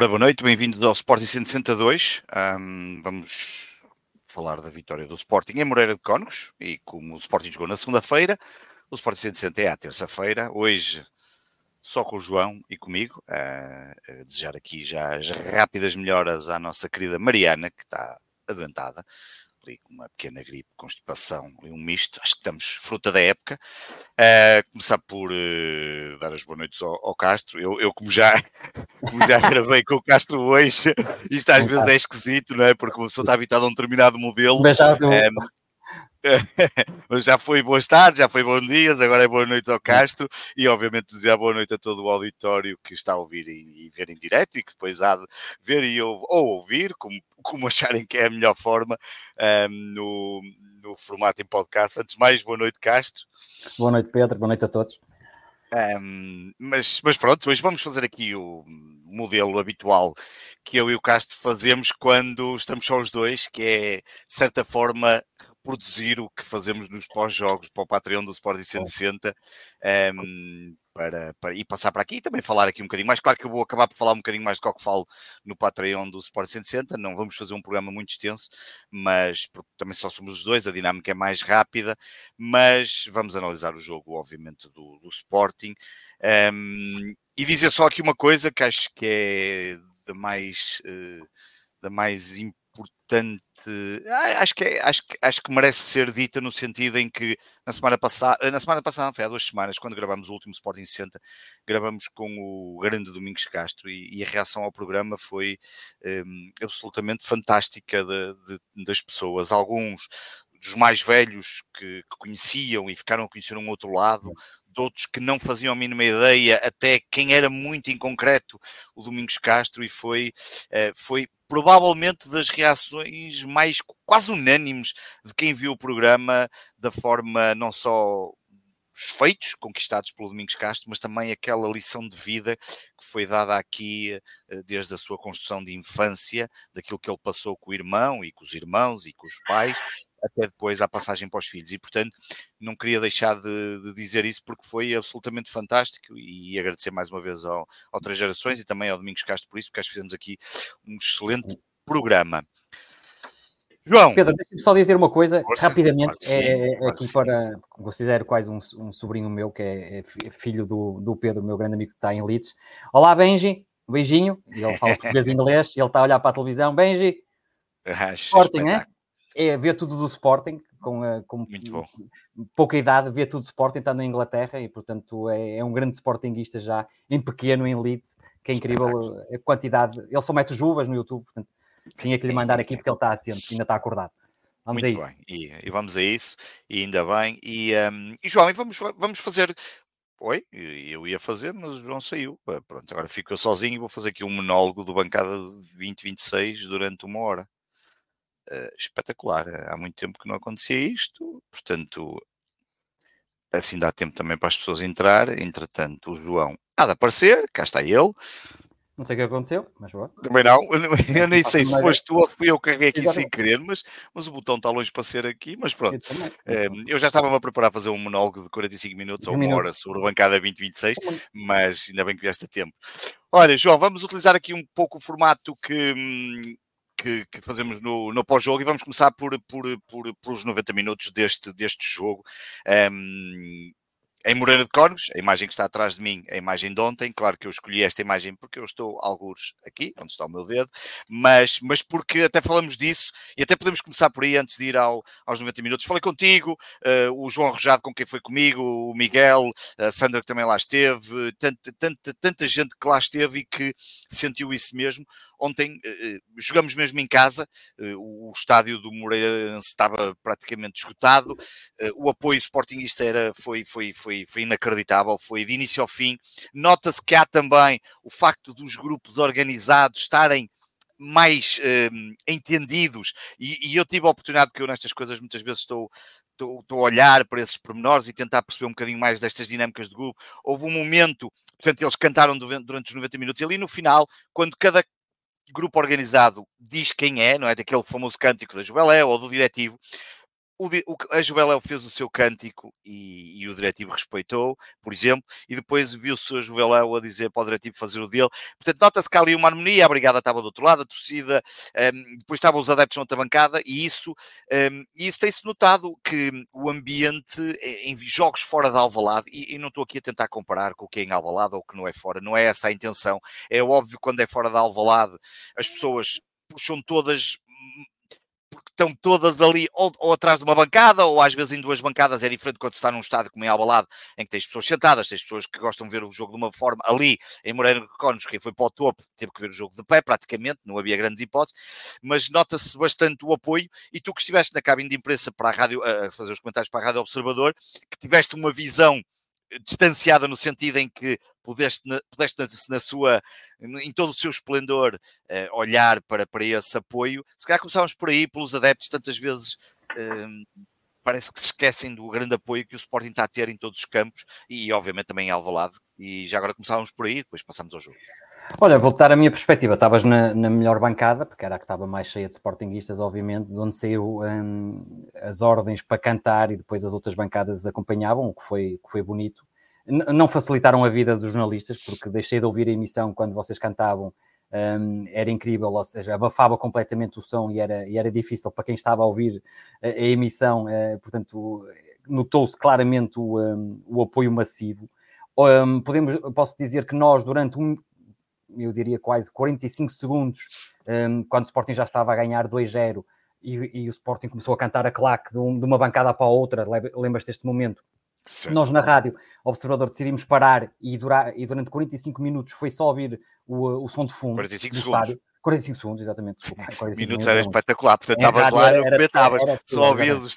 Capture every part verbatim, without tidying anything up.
Ora, boa noite, bem-vindos ao Sporting cento e sessenta e dois. Um, vamos falar da vitória do Sporting em Moreira de Cónegos, e como o Sporting jogou na segunda-feira, o Sporting cento e sessenta é à terça-feira, hoje só com o João e comigo, uh, a desejar aqui já as rápidas melhoras à nossa querida Mariana, que está adoentada, ali com uma pequena gripe, constipação, um misto, acho que estamos fruta da época. Uh, começar por uh, dar as boas noites ao, ao Castro. Eu, eu como, já, como já gravei com o Castro hoje, isto às vezes é esquisito, não é? Porque uma pessoa está habitada a um determinado modelo. Mas já, do... um, Mas já foi boas tardes, já foi bons dias, agora é boa noite ao Castro e obviamente desejar boa noite a todo o auditório que está a ouvir e, e ver em direto e que depois há de ver e ou, ou ouvir, como, como acharem que é a melhor forma, um, no, no formato em podcast. Antes de mais, boa noite, Castro. Boa noite, Pedro, boa noite a todos. Um, mas, mas pronto, hoje vamos fazer aqui o modelo habitual que eu e o Castro fazemos quando estamos só os dois, que é, de certa forma, reproduzir o que fazemos nos pós-jogos para o Patreon do Sporting cento e sessenta, um, para, para, e passar para aqui e também falar aqui um bocadinho mais. Claro que eu vou acabar por falar um bocadinho mais do que o que falo no Patreon do Sporting cento e sessenta, não vamos fazer um programa muito extenso, mas porque também só somos os dois, a dinâmica é mais rápida, mas vamos analisar o jogo, obviamente, do, do Sporting. Um, e dizer só aqui uma coisa que acho que é da mais, uh, da mais importante, acho que, é, acho, que, acho que merece ser dita no sentido em que na semana passada, na semana passada, foi há duas semanas, quando gravamos o último Sporting sessenta, gravamos com o grande Domingos Castro e, e a reação ao programa foi um, absolutamente fantástica de, de, das pessoas. Alguns dos mais velhos que, que conheciam e ficaram a conhecer um outro lado, de outros que não faziam a mínima ideia, até quem era muito em concreto o Domingos Castro, e foi, foi provavelmente das reações mais quase unânimes de quem viu o programa, da forma não só os feitos conquistados pelo Domingos Castro, mas também aquela lição de vida que foi dada aqui desde a sua construção de infância, daquilo que ele passou com o irmão e com os irmãos e com os pais, até depois à passagem para os filhos. E, portanto, não queria deixar de, de dizer isso porque foi absolutamente fantástico, e agradecer mais uma vez ao, ao Três Gerações e também ao Domingos Castro por isso, porque acho que fizemos aqui um excelente programa. João. Pedro, deixa-me só dizer uma coisa, Força, rapidamente, claro sim, é, claro aqui para, considero quase um, um sobrinho meu, que é, é filho do, do Pedro, meu grande amigo que está em Leeds. Olá, Benji, um beijinho, ele fala português e inglês, ele está a olhar para a televisão. Benji, Sporting, é? É ver tudo do Sporting, com, com muito bom. pouca idade, ver tudo do Sporting, está na Inglaterra, e portanto é, é um grande sportinguista já, em pequeno, em Leeds, que é incrível a quantidade, ele só mete os uvas no YouTube, portanto tinha que lhe mandar aqui porque ele está atento, ainda está acordado. Vamos muito a isso. Bem, e, e vamos a isso, e ainda bem, e, um, e João, e vamos, vamos fazer... Oi, eu ia fazer, mas o João saiu. Pronto, agora fico eu sozinho e vou fazer aqui um monólogo do Bancada vinte vinte e seis durante uma hora. Uh, espetacular, há muito tempo que não acontecia isto, portanto, assim dá tempo também para as pessoas entrar. Entretanto, o João há de aparecer, cá está ele. Não sei o que aconteceu, mas boa. Também não, eu nem sei se foste tu ou fui eu que carreguei aqui sem querer, mas, mas o botão está longe para ser aqui, mas pronto. Eu, eu já estava-me a preparar a fazer um monólogo de quarenta e cinco minutos ou uma minutos. hora sobre a Bancada vinte vinte e seis, mas ainda bem que vieste a tempo. Olha, João, vamos utilizar aqui um pouco o formato que... Que, que fazemos no, no pós-jogo, e vamos começar por, por, por, por os noventa minutos deste, deste jogo. Um, em Moreira de Cónegos, a imagem que está atrás de mim é a imagem de ontem. Claro que eu escolhi esta imagem porque eu estou algures aqui, onde está o meu dedo, mas, mas porque até falamos disso, e até podemos começar por aí antes de ir ao, aos noventa minutos. Falei contigo, uh, o João Arrojado com quem foi comigo, o Miguel, a Sandra que também lá esteve, tanta, tanta, tanta gente que lá esteve e que sentiu isso mesmo. Ontem uh, jogamos mesmo em casa, uh, o estádio do Moreira estava praticamente esgotado, uh, o apoio sportinguista era, foi, foi, foi, foi inacreditável, foi de início ao fim. Nota-se que há também o facto dos grupos organizados estarem mais uh, entendidos, e, e eu tive a oportunidade, porque eu nestas coisas muitas vezes estou, estou, estou a olhar para esses pormenores e tentar perceber um bocadinho mais destas dinâmicas de grupo. Houve um momento, portanto, eles cantaram durante os noventa minutos, e ali no final, quando cada grupo organizado diz quem é, não é? Daquele famoso cântico da Jubilé ou do diretivo, o, o, a Juveléu fez o seu cântico e, e o diretivo respeitou, por exemplo, e depois viu-se a Juveléu a dizer para o diretivo fazer o dele. Portanto, nota-se que há ali uma harmonia, a brigada estava do outro lado, a torcida, um, depois estavam os adeptos na outra bancada, e isso, um, isso tem-se notado, que o ambiente em jogos fora de Alvalade, e, e não estou aqui a tentar comparar com o que é em Alvalade ou o que não é fora, não é essa a intenção. É óbvio que quando é fora de Alvalade, as pessoas puxam todas... porque estão todas ali ou, ou atrás de uma bancada, ou às vezes em duas bancadas. É diferente quando está num estádio como em Alvalade, em que tens pessoas sentadas, tens pessoas que gostam de ver o jogo de uma forma. Ali, em Moreira de Cónegos, quem foi para o topo teve que ver o jogo de pé, praticamente, não havia grandes hipóteses, mas nota-se bastante o apoio. E tu que estiveste na cabine de imprensa para a rádio, a fazer os comentários para a Rádio Observador, que tiveste uma visão distanciada no sentido em que pudeste, pudeste na, na sua, em todo o seu esplendor, uh, olhar para, para esse apoio. Se calhar começámos por aí, pelos adeptos, tantas vezes uh, parece que se esquecem do grande apoio que o Sporting está a ter em todos os campos e obviamente também em Alvalade. E já agora começávamos por aí, depois passamos ao jogo. Olha, vou dar a minha perspectiva. Estavas na, na melhor bancada, porque era a que estava mais cheia de sportinguistas, obviamente, de onde saíram um, as ordens para cantar e depois as outras bancadas acompanhavam, o que foi, que foi bonito. N- não facilitaram a vida dos jornalistas, porque deixei de ouvir a emissão quando vocês cantavam. Um, era incrível, ou seja, abafava completamente o som e era, e era difícil para quem estava a ouvir a, a emissão. Uh, portanto, notou-se claramente o, um, o apoio massivo. Um, podemos, posso dizer que nós, durante um... eu diria quase quarenta e cinco segundos, um, quando o Sporting já estava a ganhar dois a zero e, e o Sporting começou a cantar a claque de, um, de uma bancada para a outra, lembras deste momento? Sim. Nós na Rádio Observador decidimos parar e, durar, e durante quarenta e cinco minutos foi só ouvir o, o som de fundo quarenta e cinco do segundos. estádio. quarenta e cinco segundos, exatamente. Desculpa, minutos, minutos era espetacular, portanto estavas lá e não comentavas, só ouvias.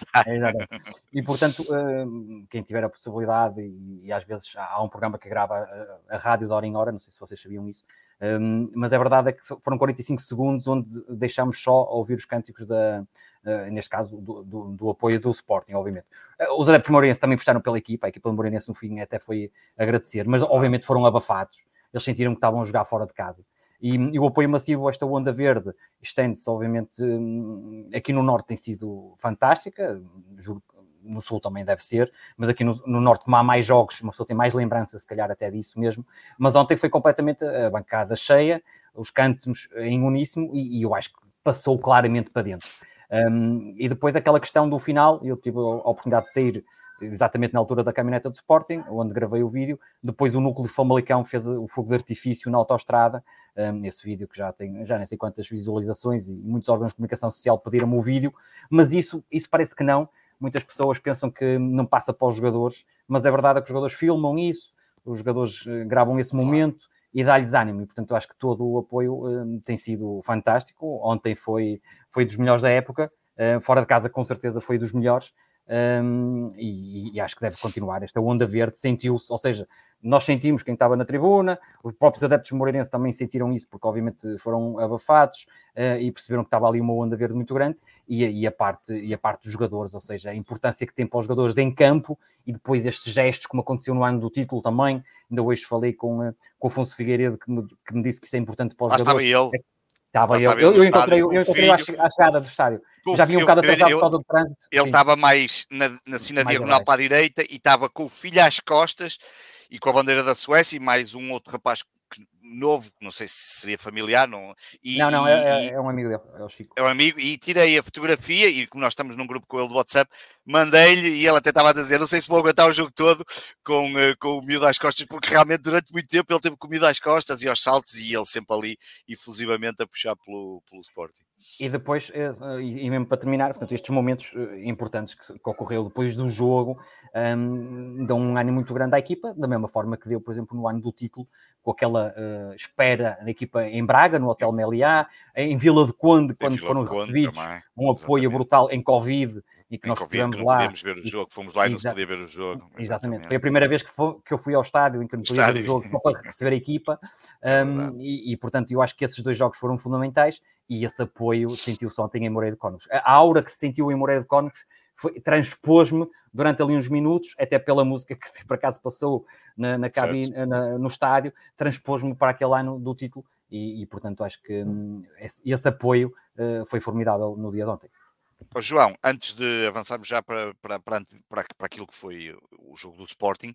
E portanto, quem tiver a possibilidade, e, e às vezes há um programa que grava a, a rádio de hora em hora, não sei se vocês sabiam isso, um, mas a verdade é que foram quarenta e cinco segundos onde deixámos só ouvir os cânticos da, uh, neste caso, do, do, do apoio do Sporting, obviamente. Uh, os adeptos moreirenses também puxaram pela equipa, a equipa do Moreirense no fim até foi agradecer, mas obviamente foram abafados, eles sentiram que estavam a jogar fora de casa. E, e o apoio massivo a esta onda verde estende-se, obviamente, aqui no Norte tem sido fantástica, juro que no Sul também deve ser, mas aqui no, no Norte, como há mais jogos, uma pessoa tem mais lembrança, se calhar, até disso mesmo. Mas ontem foi completamente a bancada cheia, os cantos em uníssono, e, e eu acho que passou claramente para dentro. Um, e depois aquela questão do final, eu tive a oportunidade de sair exatamente na altura da caminhoneta do Sporting, onde gravei o vídeo. Depois o núcleo de Famalicão fez o fogo de artifício na autoestrada, um, esse vídeo que já tem, já nem sei quantas visualizações, e muitos órgãos de comunicação social pediram-me o vídeo, mas isso, isso parece que não. Muitas pessoas pensam que não passa para os jogadores, mas a verdade é que os jogadores filmam isso, os jogadores gravam esse momento e dá-lhes ânimo, e portanto eu acho que todo o apoio um, tem sido fantástico. Ontem foi, foi dos melhores da época, uh, fora de casa com certeza foi dos melhores. Um, e, e acho que deve continuar. Esta onda verde sentiu-se, ou seja, nós sentimos quem estava na tribuna, os próprios adeptos moreirenses também sentiram isso, porque obviamente foram abafados uh, e perceberam que estava ali uma onda verde muito grande, e, e, a parte, e a parte dos jogadores, ou seja, a importância que tem para os jogadores em campo, e depois estes gestos, como aconteceu no ano do título também. Ainda hoje falei com, uh, com o Afonso Figueiredo, que me, que me disse que isso é importante para os Lá jogadores. Estava ele. Estava eu, eu, eu encontrei, eu encontrei à chegada do estádio. Com já vi um bocado atrasado eu, por causa do trânsito. Ele estava mais na, assim, na diagonal abaixo para a direita e estava com o filho às costas e com a bandeira da Suécia e mais um outro rapaz novo, não sei se seria familiar. Não, e, não, não, é, e, é um amigo dele, é o Chico. É um amigo, e tirei a fotografia, e como nós estamos num grupo com ele do WhatsApp, mandei-lhe, e ele até estava a dizer, não sei se vou aguentar o jogo todo com, com o miúdo às costas, porque realmente durante muito tempo ele teve comido às costas e aos saltos, e ele sempre ali, efusivamente, a puxar pelo, pelo Sporting. E depois, e mesmo para terminar, portanto, estes momentos importantes que, que ocorreu depois do jogo um, dão um ânimo muito grande à equipa, da mesma forma que deu, por exemplo, no ano do título, com aquela uh, espera da equipa em Braga, no Hotel Meliá, em Vila de Conde, quando Vila foram recebidos também, um apoio exatamente. brutal em Covid, e que em nós COVID, estivemos que não lá. podíamos ver o e, jogo, fomos lá e não se podia ver o jogo. Exatamente. exatamente. Foi a primeira vez que, foi, que eu fui ao estádio em que não podia estádio. ver o jogo, só para receber a equipa, é um, e, e portanto eu acho que esses dois jogos foram fundamentais, e esse apoio sentiu-se ontem em Moreira de Cónegos. A aura que se sentiu em Moreira de Cónegos transpôs-me durante ali uns minutos, até pela música que por acaso passou na, na cabine, na, no estádio, transpôs-me para aquele ano do título, e, e portanto acho que hum, esse, esse apoio uh, foi formidável no dia de ontem. Oh, João, antes de avançarmos já para, para, para, para, para aquilo que foi o jogo do Sporting,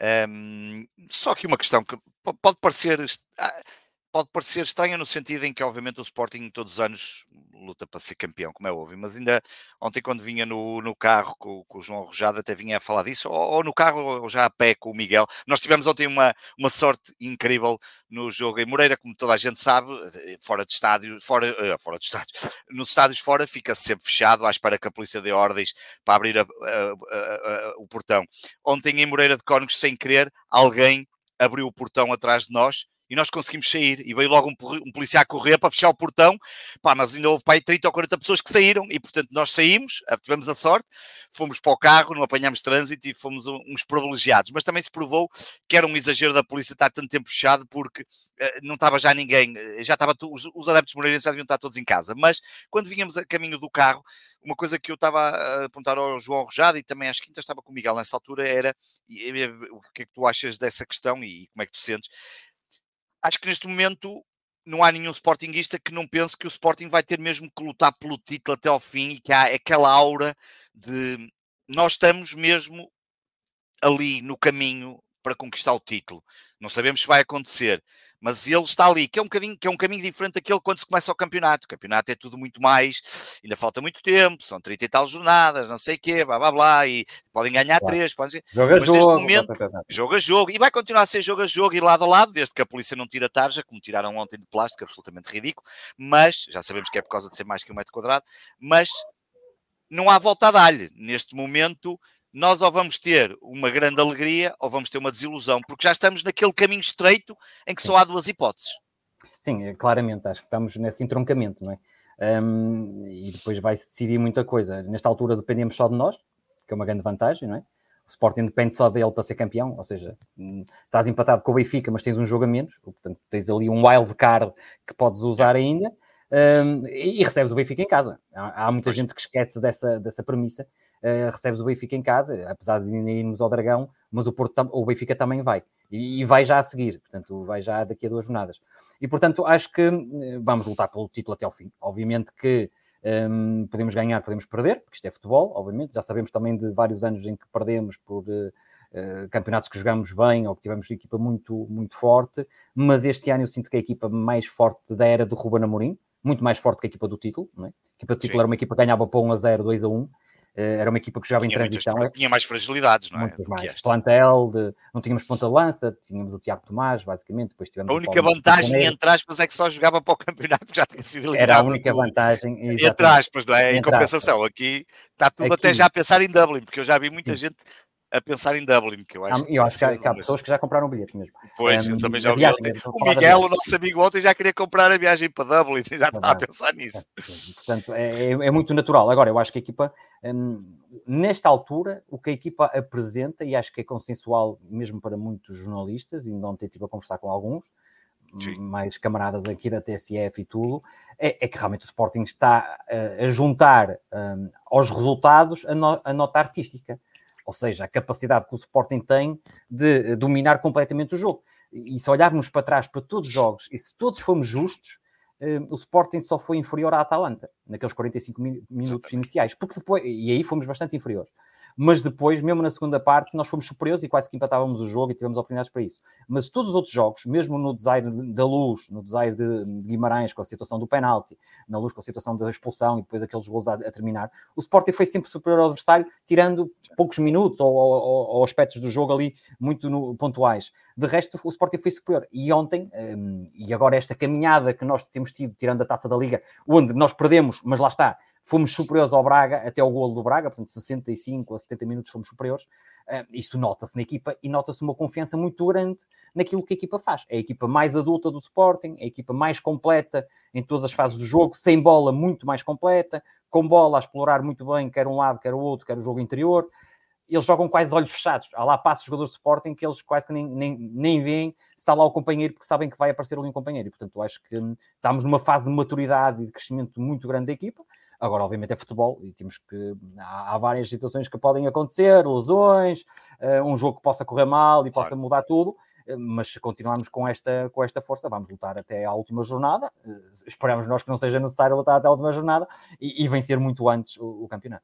um, só que uma questão que pode parecer, pode parecer estranha no sentido em que, obviamente, o Sporting todos os anos luta para ser campeão, como é óbvio, mas ainda ontem, quando vinha no, no carro com, com o João Rojado, até vinha a falar disso, ou, ou no carro, ou já a pé com o Miguel. Nós tivemos ontem uma, uma sorte incrível no jogo em Moreira, como toda a gente sabe, fora de estádio, fora, uh, fora de estádio, nos estádios fora fica sempre fechado, à espera que a polícia dê ordens para abrir a, a, a, a, o portão. Ontem em Moreira de Cónegos, sem querer, alguém abriu o portão atrás de nós e nós conseguimos sair, e veio logo um, um polícia a correr para fechar o portão, pá, mas ainda houve pá, trinta ou quarenta pessoas que saíram, e portanto nós saímos, tivemos a sorte, fomos para o carro, não apanhámos trânsito e fomos uns privilegiados, mas também se provou que era um exagero da polícia estar tanto tempo fechado, porque uh, não estava já ninguém, já estava, os, os adeptos moreirenses já deviam estar todos em casa, mas quando vínhamos a caminho do carro, uma coisa que eu estava a apontar ao João Rojado, e também às quintas estava com o Miguel nessa altura, era e, e, o que é que tu achas dessa questão e como é que tu sentes? Acho que neste momento não há nenhum sportinguista que não pense que o Sporting vai ter mesmo que lutar pelo título até ao fim e que há aquela aura de nós estamos mesmo ali no caminho para conquistar o título. Não sabemos se vai acontecer, mas ele está ali, que é um bocadinho, que é um caminho diferente daquele quando se começa o campeonato. O campeonato é tudo muito mais, ainda falta muito tempo, são trinta e tal jornadas, não sei o quê, blá blá blá, e podem ganhar Claro. três, podem ser, Jogo a mas neste jogo, momento, jogo a jogo, e vai continuar a ser jogo a jogo e lado a lado, desde que a polícia não tira a tarja, como tiraram ontem de plástico, absolutamente ridículo, mas já sabemos que é por causa de ser mais que um metro quadrado, mas não há volta a dar-lhe. Neste momento, nós ou vamos ter uma grande alegria ou vamos ter uma desilusão, porque já estamos naquele caminho estreito em que Sim. só há duas hipóteses. Sim, claramente, acho que estamos nesse entroncamento, não é? Um, e depois vai-se decidir muita coisa. Nesta altura dependemos só de nós, que é uma grande vantagem, não é? O Sporting depende só dele para ser campeão, ou seja, estás empatado com o Benfica, mas tens um jogo a menos, portanto tens ali um wild card que podes usar ainda, um, e, e recebes o Benfica em casa. Há, há muita pois. gente que esquece dessa, dessa premissa. Uh, recebes o Benfica em casa, apesar de irmos ao Dragão, mas o, Porto, o Benfica também vai, e, e vai já a seguir, portanto vai já daqui a duas jornadas. E portanto acho que vamos lutar pelo título até ao fim. Obviamente que um, podemos ganhar, podemos perder, porque isto é futebol, obviamente, já sabemos também de vários anos em que perdemos por uh, uh, campeonatos que jogamos bem ou que tivemos uma equipa muito, muito forte, mas este ano eu sinto que a equipa mais forte da era do Ruben Amorim, muito mais forte que a equipa do título, não é? A equipa do título Sim. era uma equipa que ganhava para um a zero, dois a um, era uma equipa que jogava tinha em transição. Muitas, tinha mais fragilidades, não é? Muitas mais. Plantel, de, não tínhamos ponta-lança, tínhamos o Tiago Tomás, basicamente. Depois tivemos a única vantagem, entre aspas, é que só jogava para o campeonato, porque já tinha sido eliminado. Era a única vantagem. Exatamente. Entre aspas, não é? Em compensação, aqui está tudo aqui. Até já a pensar em Dublin, porque eu já vi muita Sim. gente a pensar em Dublin, que eu acho, eu acho que há, que há pessoas que já compraram o bilhete mesmo. Pois, um, eu também já ouvi ontem. O Miguel, o nosso amigo ontem, já queria comprar a viagem para Dublin, já estava a pensar nisso. Portanto, é, é muito natural. Agora, eu acho que a equipa, hum, nesta altura, o que a equipa apresenta, e acho que é consensual mesmo para muitos jornalistas, e ontem estive a conversar com alguns, Sim. mais camaradas aqui da T S F e tudo, é, é que realmente o Sporting está uh, a juntar um, aos resultados a, no, a nota artística. Ou seja, a capacidade que o Sporting tem de dominar completamente o jogo. E se olharmos para trás para todos os jogos, e se todos formos justos, uh, o Sporting só foi inferior à Atalanta, naqueles quarenta e cinco minutos iniciais, porque depois, e aí fomos bastante inferiores. Mas depois, mesmo na segunda parte, nós fomos superiores e quase que empatávamos o jogo e tivemos oportunidades para isso. Mas todos os outros jogos, mesmo no desaire da Luz, no desaire de, de Guimarães, com a situação do penalti, na Luz com a situação da expulsão e depois aqueles gols a, a terminar, o Sporting foi sempre superior ao adversário, tirando poucos minutos ou, ou, ou aspectos do jogo ali muito no, pontuais. De resto, o Sporting foi superior. E ontem, um, e agora esta caminhada que nós temos tido, tirando a Taça da Liga, onde nós perdemos, mas lá está, fomos superiores ao Braga, até ao golo do Braga, portanto, sessenta e cinco a setenta minutos fomos superiores. Uh, isso nota-se na equipa e nota-se uma confiança muito grande naquilo que a equipa faz. É a equipa mais adulta do Sporting, é a equipa mais completa em todas as fases do jogo, sem bola muito mais completa, com bola a explorar muito bem, quer um lado, quer o outro, quer o jogo interior. Eles jogam quase olhos fechados. Há lá passos jogadores de Sporting que eles quase que nem, nem, nem veem se está lá o companheiro, porque sabem que vai aparecer ali um companheiro. E, portanto, acho que hum, estamos numa fase de maturidade e de crescimento muito grande da equipa. Agora, obviamente, é futebol e temos que... Há, há várias situações que podem acontecer, lesões, uh, um jogo que possa correr mal e possa mudar tudo. mas se continuarmos com esta, com esta força, vamos lutar até à última jornada. Esperamos nós que não seja necessário lutar até à última jornada e, e vencer muito antes o, o campeonato.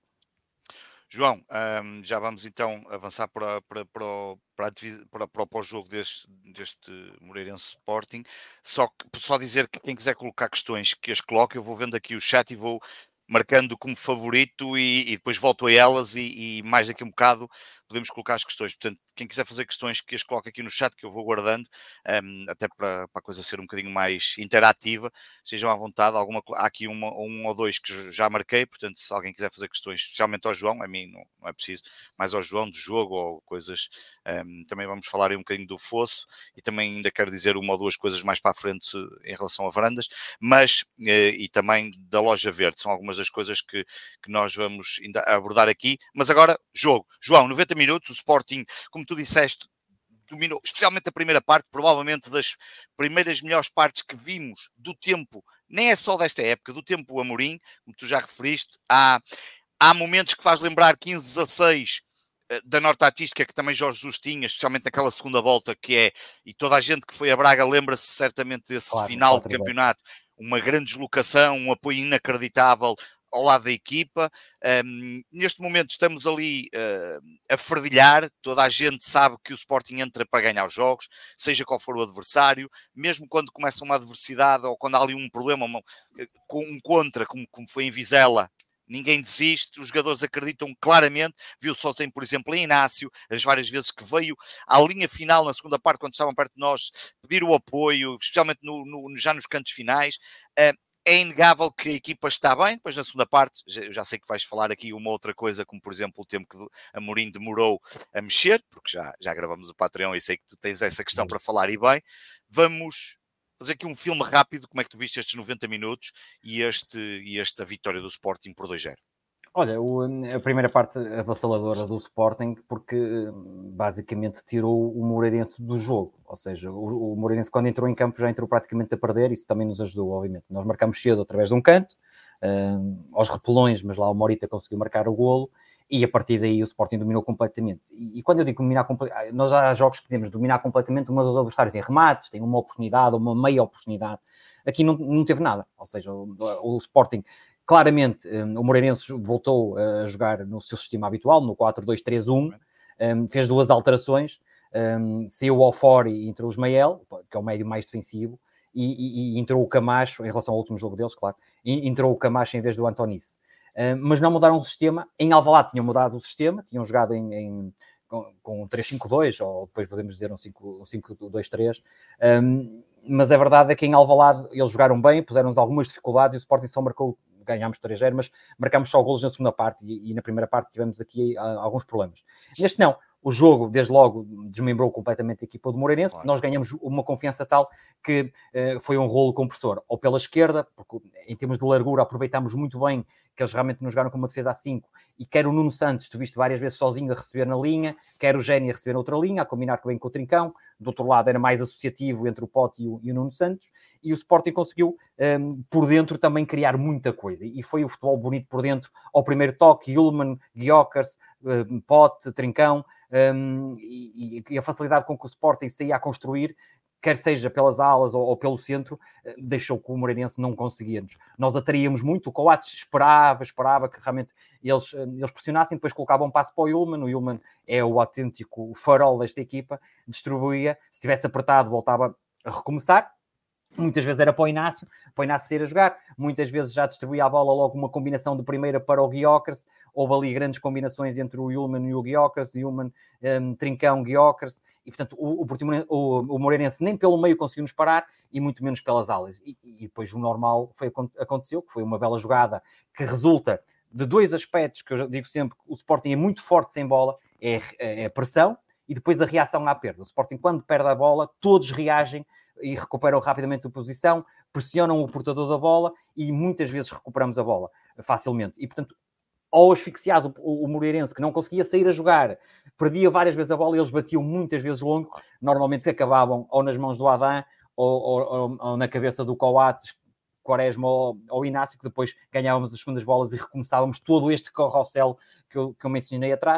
João, um, já vamos então avançar para, para, para, o, para, para, para o pós-jogo deste, deste Moreirense Sporting. Só, só dizer que quem quiser colocar questões, que as coloque. Eu vou vendo aqui o chat e vou marcando como favorito e, e depois volto a elas e, e mais daqui a um bocado podemos colocar as questões. Portanto, quem quiser fazer questões, que as coloque aqui no chat, que eu vou guardando, um, até para, para a coisa ser um bocadinho mais interativa. Sejam à vontade. Alguma, há aqui uma, um ou dois que já marquei, portanto, se alguém quiser fazer questões, especialmente ao João, a mim não, não é preciso, mais ao João, do jogo ou coisas, um, também vamos falar aí um bocadinho do fosso e também ainda quero dizer uma ou duas coisas mais para a frente em relação a varandas, mas, e também da Loja Verde, são algumas das coisas que, que nós vamos ainda abordar aqui. Mas agora, jogo. João, noventa minutos, o Sporting, como tu disseste, dominou, especialmente a primeira parte, provavelmente das primeiras melhores partes que vimos do tempo, nem é só desta época, do tempo Amorim, como tu já referiste. Há, há momentos que faz lembrar quinze dezasseis da norte artística que também Jorge Jesus tinha, especialmente naquela segunda volta, que é, e toda a gente que foi a Braga lembra-se certamente desse claro, final de campeonato, uma grande deslocação, um apoio inacreditável ao lado da equipa. Um, neste momento estamos ali uh, a fervilhar, toda a gente sabe que o Sporting entra para ganhar os jogos, seja qual for o adversário, mesmo quando começa uma adversidade ou quando há ali um problema, uma, um contra, como, como foi em Vizela, ninguém desiste, os jogadores acreditam claramente. Viu só tem, por exemplo, em Inácio, as várias vezes que veio à linha final na segunda parte, quando estavam perto de nós, pedir o apoio, especialmente no, no, já nos cantos finais. Uh, É inegável que a equipa está bem. Depois na segunda parte, já, já sei que vais falar aqui uma outra coisa, como por exemplo o tempo que Amorim demorou a mexer, porque já, já gravamos o Patreon e sei que tu tens essa questão para falar e bem. Vamos fazer aqui um filme rápido, como é que tu viste estes noventa minutos e, este, e esta vitória do Sporting por dois a zero. Olha, o, a primeira parte avassaladora do Sporting, porque basicamente tirou o Moreirense do jogo. Ou seja, o, o Moreirense quando entrou em campo já entrou praticamente a perder, isso também nos ajudou, obviamente. Nós marcamos cedo através de um canto, um, aos repelões, mas lá o Morita conseguiu marcar o golo, e a partir daí o Sporting dominou completamente. E, e quando eu digo dominar completamente, nós já há jogos que dizemos dominar completamente, mas os adversários têm remates, têm uma oportunidade, uma meia oportunidade. Aqui não, não teve nada. Ou seja, o, o Sporting... Claramente, um, o Moreirense voltou a jogar no seu sistema habitual, no quatro dois três um, um, fez duas alterações, um, saiu o Ofori e entrou o Ismael, que é o médio mais defensivo, e, e, e entrou o Camacho, em relação ao último jogo deles, claro, e entrou o Camacho em vez do Antonice. Um, mas não mudaram o sistema. Em Alvalade tinham mudado o sistema, tinham jogado em, em, com, com um três cinco dois, ou depois podemos dizer um cinco dois três, um, mas a verdade é que em Alvalade eles jogaram bem, puseram-nos algumas dificuldades e o Sporting só marcou, ganhámos três a zero, mas marcámos só golos na segunda parte e, e na primeira parte tivemos aqui uh, alguns problemas. Neste não, o jogo desde logo desmembrou completamente a equipa do Moreirense, claro. Nós ganhamos uma confiança tal que uh, foi um rolo compressor, ou pela esquerda, porque em termos de largura aproveitámos muito bem que eles realmente não jogaram com uma defesa a cinco, e quer o Nuno Santos, tu viste várias vezes sozinho a receber na linha, quer o Géni a receber na outra linha, a combinar bem com o Trincão, do outro lado era mais associativo entre o Pote e o, e o Nuno Santos, e o Sporting conseguiu um, por dentro também criar muita coisa, e foi o futebol bonito por dentro, ao primeiro toque, Ullmann, Gyökeres, um, Pote, Trincão, um, e, e a facilidade com que o Sporting saía a construir, quer seja pelas alas ou, ou pelo centro, deixou que o Moreirense não conseguíamos. Nós atraíamos muito, o Coates esperava, esperava que realmente eles, eles pressionassem, depois colocavam um passo para o Ullmann, o Ullmann é o autêntico farol desta equipa, distribuía, se tivesse apertado voltava a recomeçar, muitas vezes era para o Inácio, para o Inácio sair a jogar, muitas vezes já distribuía a bola logo uma combinação de primeira para o Gyökeres, houve ali grandes combinações entre o Ullmann e o Gyökeres, Ullmann, um, Trincão, Gyökeres, e portanto o, o, o Moreirense nem pelo meio conseguiu-nos parar, e muito menos pelas alas, e, e depois o normal foi, aconteceu, que foi uma bela jogada, que resulta de dois aspectos, que eu já digo sempre, o Sporting é muito forte sem bola, é, é a pressão, e depois a reação à perda. O Sporting, quando perde a bola, todos reagem e recuperam rapidamente a posição, pressionam o portador da bola e muitas vezes recuperamos a bola facilmente. E, portanto, ao asfixiar o, o Moreirense, que não conseguia sair a jogar, perdia várias vezes a bola e eles batiam muitas vezes longo, normalmente acabavam ou nas mãos do Adam ou, ou, ou na cabeça do Coates, Quaresma ou, ou Inácio, que depois ganhávamos as segundas bolas e recomeçávamos todo este carrossel que eu, que eu mencionei atrás.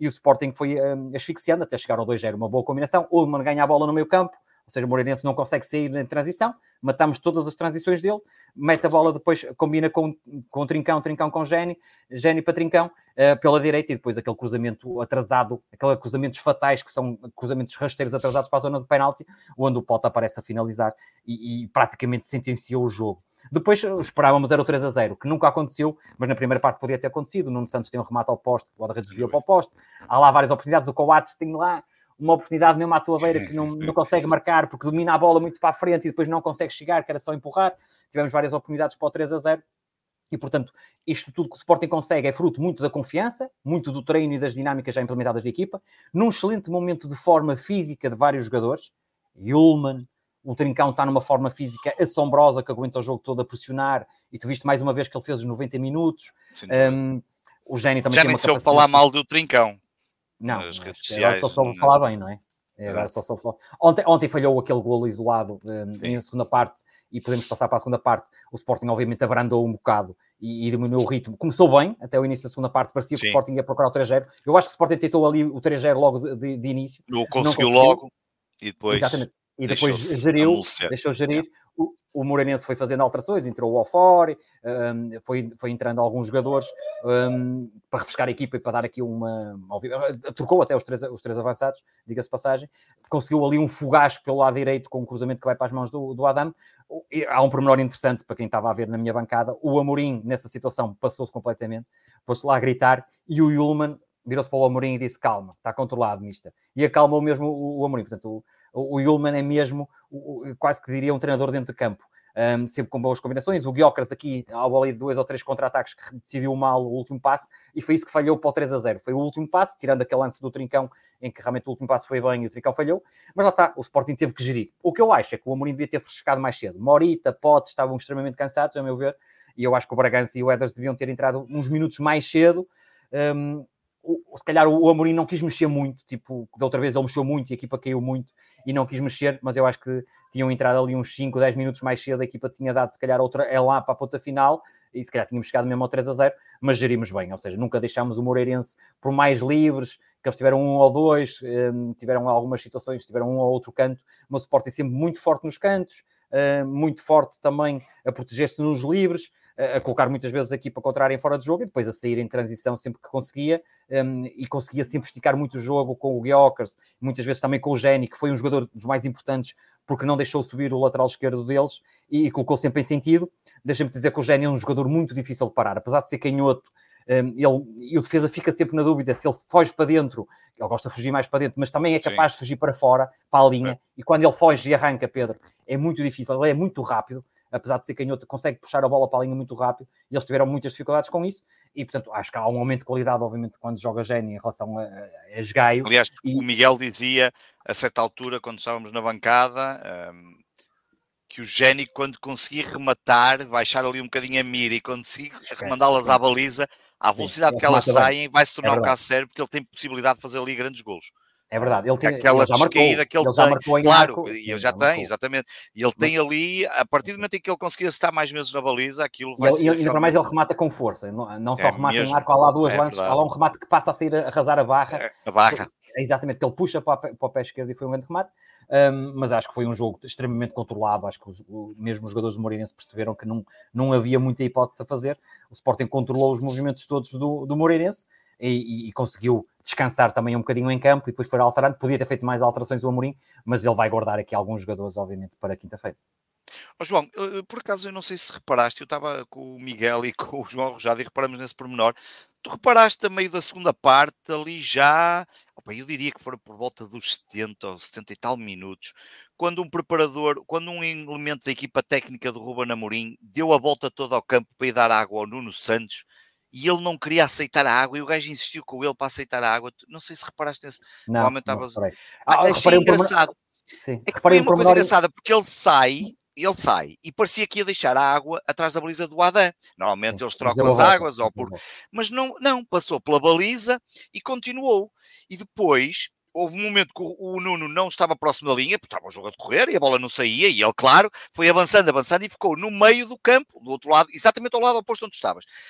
e o Sporting foi um, asfixiando até chegar ao dois zero, uma boa combinação. O Ullmann ganha a bola no meio campo, ou seja, o Moreirense não consegue sair na transição, matamos todas as transições dele, mete a bola depois, combina com, com Trincão, Trincão com Géni, Géni para Trincão, uh, pela direita, e depois aquele cruzamento atrasado, aqueles cruzamentos fatais, que são cruzamentos rasteiros atrasados para a zona de penalti, onde o Pote aparece a finalizar e, e praticamente sentenciou o jogo. Depois esperávamos era o três a zero, que nunca aconteceu, mas na primeira parte podia ter acontecido. O Nuno Santos tem um remate ao poste, o guarda-redes desviou para o poste, há lá várias oportunidades, o Coates tem lá uma oportunidade mesmo à tua beira que não, não consegue marcar porque domina a bola muito para a frente e depois não consegue chegar, que era só empurrar. Tivemos várias oportunidades para o três a zero e, portanto, isto tudo que o Sporting consegue é fruto muito da confiança, muito do treino e das dinâmicas já implementadas da equipa, num excelente momento de forma física de vários jogadores. Ullmann, o Trincão está numa forma física assombrosa, que aguenta o jogo todo a pressionar, e tu viste mais uma vez que ele fez os noventa minutos. Um, o Géni também já tem nem uma se eu falar mal do Trincão. Não, nas redes agora sociais. só soube falar bem, não é? Agora só soube falar. Ontem, ontem falhou aquele golo isolado um, em segunda parte e podemos passar para a segunda parte. O Sporting obviamente abrandou um bocado e, e diminuiu o ritmo. Começou bem, até o início da segunda parte parecia Sim. que o Sporting ia procurar o três zero. Eu acho que o Sporting tentou ali o três zero logo de, de, de início. Não conseguiu, não conseguiu logo e depois... Exatamente. E depois geriu, deixou gerir. Yeah. O, o Moreirense foi fazendo alterações, entrou o Ofori, um, foi, foi entrando alguns jogadores um, para refrescar a equipa e para dar aqui uma... Trocou até os três, os três avançados, diga-se passagem. Conseguiu ali um fugaz pelo lado direito com um cruzamento que vai para as mãos do, do Adam. E há um pormenor interessante para quem estava a ver na minha bancada. O Amorim, nessa situação, passou-se completamente. Pôs-se lá a gritar e o Ullmann virou-se para o Amorim e disse, calma, está controlado, mister. E acalmou mesmo o, o Amorim. Portanto, o, o Ullmann é mesmo, o, o, quase que diria, um treinador dentro de campo. Um, sempre com boas combinações. O Gyökeres aqui, ao ali de dois ou três contra-ataques, que decidiu mal o último passe, e foi isso que falhou para o três a zero. Foi o último passe, tirando aquele lance do Trincão, em que realmente o último passe foi bem e o Trincão falhou. Mas lá está, o Sporting teve que gerir. O que eu acho é que o Amorim devia ter frescado mais cedo. Morita, Pote, estavam extremamente cansados, a meu ver, e eu acho que o Bragança e o Eders deviam ter entrado uns minutos mais cedo. Um, O, se calhar o Amorim não quis mexer muito, tipo, da outra vez ele mexeu muito e a equipa caiu muito e não quis mexer, mas eu acho que tinham entrado ali uns cinco, dez minutos mais cedo, a equipa tinha dado se calhar outra é lá para a ponta final e se calhar tínhamos chegado mesmo ao três a zero, mas gerimos bem, ou seja, nunca deixámos o Moreirense por mais livres, que eles tiveram um ou dois, um, tiveram algumas situações, tiveram um ou outro canto, mas o Sporting sempre muito forte nos cantos, uh, muito forte também a proteger-se nos livres, a colocar muitas vezes a equipa contrária em fora de jogo e depois a sair em transição sempre que conseguia um, e conseguia sempre esticar muito o jogo com o Gyökeres, muitas vezes também com o Géni, que foi um jogador dos mais importantes porque não deixou subir o lateral esquerdo deles e, e colocou sempre em sentido. Deixa-me dizer que o Géni é um jogador muito difícil de parar, apesar de ser canhoto, um, ele, e o defesa fica sempre na dúvida se ele foge para dentro, ele gosta de fugir mais para dentro, mas também é capaz Sim. de fugir para fora, para a linha, é. E quando ele foge e arranca, Pedro, é muito difícil, ele é muito rápido, apesar de ser canhoto, consegue puxar a bola para a linha muito rápido, e eles tiveram muitas dificuldades com isso, e portanto acho que há um aumento de qualidade, obviamente, quando joga Géni em relação a, a Esgaio. Aliás, e... o Miguel dizia, a certa altura, quando estávamos na bancada, um, que o Géni, quando conseguir rematar, baixar ali um bocadinho a mira e conseguir remandá-las à baliza, à velocidade Sim, que elas saem, vai se tornar é um caso sério, porque ele tem possibilidade de fazer ali grandes golos. É verdade, ele tem aquela ele já marcou, descaída que ele, ele já tem, marcou em claro, arco, e ele já, já tem, marcou. Exatamente, e ele tem ali, a partir do momento em que ele conseguir estar mais vezes na baliza, aquilo vai e ser... E ainda para mais ele remata com força, não, não só é remata mesmo, em arco, há lá duas é lances, verdade. há lá um remate que passa a sair a arrasar a barra. É, a barra. É exatamente, que ele puxa para, para o pé esquerdo e foi um grande remate, um, mas acho que foi um jogo extremamente controlado, acho que os, o, mesmo os jogadores do Moreirense perceberam que não, não havia muita hipótese a fazer, o Sporting controlou os movimentos todos do, do Moreirense e, e, e conseguiu descansar também um bocadinho em campo e depois foi alterando, podia ter feito mais alterações o Amorim, mas ele vai guardar aqui alguns jogadores, obviamente, para quinta-feira. Oh, João, por acaso eu não sei se reparaste, eu estava com o Miguel e com o João Rojado e reparamos nesse pormenor. Tu reparaste a meio da segunda parte, ali já, opa, eu diria que foram por volta dos setenta ou setenta e tal minutos, quando um preparador, quando um elemento da equipa técnica do Ruben Amorim deu a volta toda ao campo para ir dar água ao Nuno Santos e ele não queria aceitar a água e o gajo insistiu com ele para aceitar a água. Não sei se reparaste nesse. Não, Provavelmente não estavas. ah, achei engraçado. Um Sim, é que foi uma coisa engraçada porque ele sai. Ele sai e parecia que ia deixar a água atrás da baliza do Adam. Normalmente Sim, eles trocam as águas, ou por... mas não, não, passou pela baliza e continuou. E depois houve um momento que o, o Nuno não estava próximo da linha, porque estava o jogo a decorrer e a bola não saía, e ele, claro, foi avançando, avançando e ficou no meio do campo, do outro lado, exatamente ao lado oposto onde tu estavas.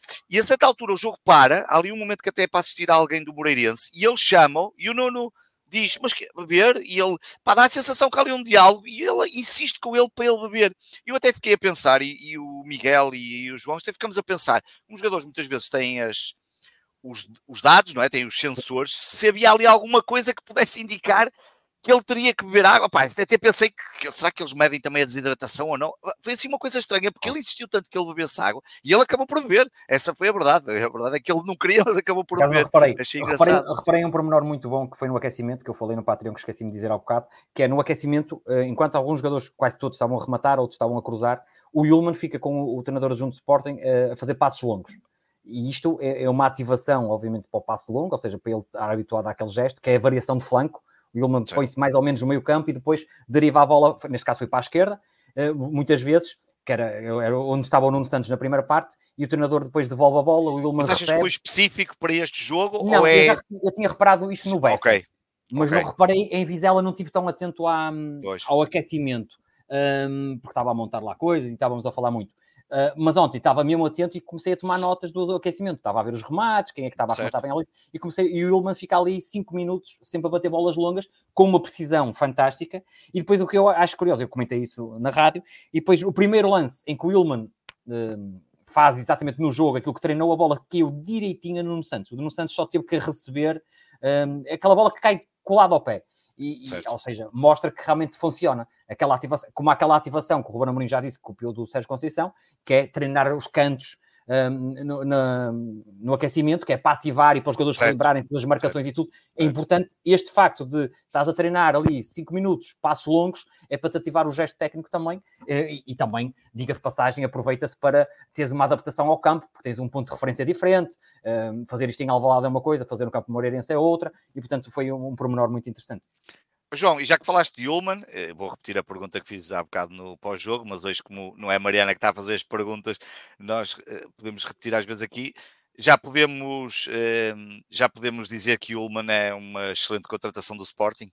E a certa altura o jogo para, há ali um momento que até é para assistir a alguém do Moreirense, e eles chamam, e o Nuno diz, mas quer beber? E ele, pá, dá a sensação que há ali um diálogo, e ele insiste com ele para ele beber. Eu até fiquei a pensar, e, e o Miguel e, e o João, até ficamos a pensar, os jogadores muitas vezes têm as, os, os dados, não é? Têm os sensores, se havia ali alguma coisa que pudesse indicar que ele teria que beber água. Pá, até pensei que, será que eles medem também a desidratação ou não? Foi assim uma coisa estranha, porque ele insistiu tanto que ele bebesse água e ele acabou por beber. Essa foi a verdade. A verdade é que ele não queria, mas acabou por Caso beber. Reparei, Achei reparei, engraçado. reparei um pormenor muito bom que foi no aquecimento, que eu falei no Patreon, que esqueci-me de dizer há bocado, que é no aquecimento, enquanto alguns jogadores, quase todos, estavam a rematar, outros estavam a cruzar, o Yulman fica com o, o treinador adjunto de Sporting a fazer passos longos. E isto é, é uma ativação, obviamente, para o passo longo, ou seja, para ele estar habituado àquele gesto, que é a variação de flanco. O Yulman põe-se mais ou menos no meio campo e depois deriva a bola, neste caso foi para a esquerda, muitas vezes, que era, era onde estava o Nuno Santos na primeira parte, e o treinador depois devolve a bola, o Yulman Mas achas recebe. que foi específico para este jogo? Não, ou é... eu, já, eu tinha reparado isto no Bessa, okay. mas okay. não reparei em Vizela, não estive tão atento à, ao aquecimento, um, porque estava a montar lá coisas e estávamos a falar muito. Uh, mas ontem estava mesmo atento e comecei a tomar notas do aquecimento. Estava a ver os remates, quem é que estava a rematar bem ali, e comecei, e o Yulman fica ali cinco minutos, sempre a bater bolas longas, com uma precisão fantástica. E depois o que eu acho curioso, eu comentei isso na rádio, e depois o primeiro lance em que o Yulman uh, faz exatamente no jogo aquilo que treinou, a bola caiu direitinho no Nuno Santos. O Nuno Santos só teve que receber um, aquela bola que cai colada ao pé. E, e, ou seja, mostra que realmente funciona. Aquela ativação, como aquela ativação que o Ruben Amorim já disse que copiou do Sérgio Conceição, que é treinar os cantos um, no, na, no aquecimento, que é para ativar e para os jogadores relembrarem-se das marcações certo. E tudo. É certo. Importante este facto de estás a treinar ali cinco minutos, passos longos, é para te ativar o gesto técnico também. E, e também, diga-se passagem, aproveita-se para teres uma adaptação ao campo, porque tens um ponto de referência diferente. Um, fazer isto em Alvalade é uma coisa, fazer no campo Moreirense é outra. E, portanto, foi um, um pormenor muito interessante. João, e já que falaste de Yulman, vou repetir a pergunta que fiz há bocado no pós-jogo, mas hoje, como não é a Mariana que está a fazer as perguntas, nós podemos repetir às vezes aqui. Já podemos, já podemos dizer que Yulman é uma excelente contratação do Sporting?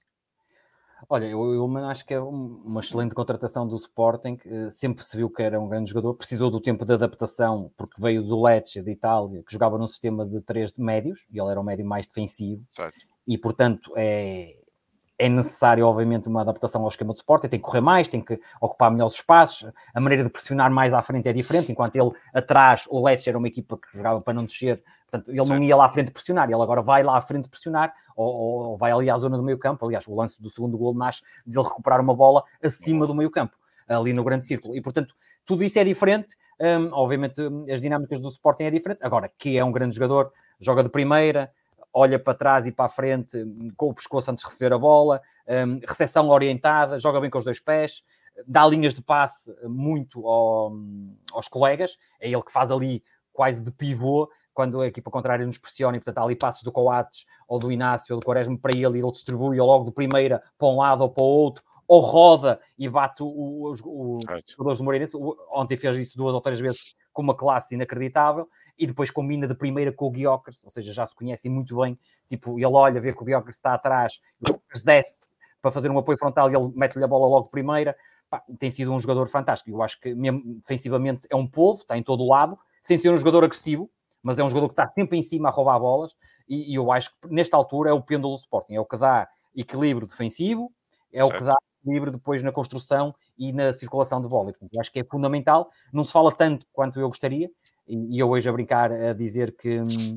Olha, o Yulman acho que é uma excelente contratação do Sporting, sempre se viu que era um grande jogador, precisou do tempo de adaptação, porque veio do Lecce, de Itália, que jogava num sistema de três médios, e ele era o médio mais defensivo, certo. E portanto é... é necessário, obviamente, uma adaptação ao esquema do Sporting, tem que correr mais, tem que ocupar melhores espaços, a maneira de pressionar mais à frente é diferente, enquanto ele atrás, o Lecce era uma equipa que jogava para não descer, portanto, ele não ia lá à frente pressionar, ele agora vai lá à frente pressionar, ou, ou vai ali à zona do meio campo, aliás, o lance do segundo golo nasce de ele recuperar uma bola acima do meio campo, ali no grande círculo, e portanto, tudo isso é diferente, um, obviamente as dinâmicas do Sporting é diferente, agora, que é um grande jogador, joga de primeira, olha para trás e para a frente com o pescoço antes de receber a bola, um, recepção orientada, joga bem com os dois pés, dá linhas de passe muito ao, aos colegas, é ele que faz ali quase de pivô, quando a equipa contrária nos pressiona, e portanto há ali passos do Coates ou do Inácio ou do Quaresma para ele, e ele distribui logo de primeira para um lado ou para o outro, ou roda e bate os jogadores do Moreirense. Ontem fez isso duas ou três vezes com uma classe inacreditável, e depois combina de primeira com o Gyökeres, ou seja, já se conhecem muito bem, tipo, ele olha, vê que o Gyökeres está atrás, o Gyökeres desce para fazer um apoio frontal e ele mete-lhe a bola logo de primeira. Pá, tem sido um jogador fantástico, eu acho que mesmo defensivamente é um polvo, está em todo o lado, sem ser um jogador agressivo, mas é um jogador que está sempre em cima a roubar bolas, e, e eu acho que nesta altura é o pêndulo do Sporting, é o que dá equilíbrio defensivo, é certo. O que dá equilíbrio depois na construção e na circulação de bola. Eu acho que é fundamental, não se fala tanto quanto eu gostaria, e, e eu hoje a brincar a dizer que,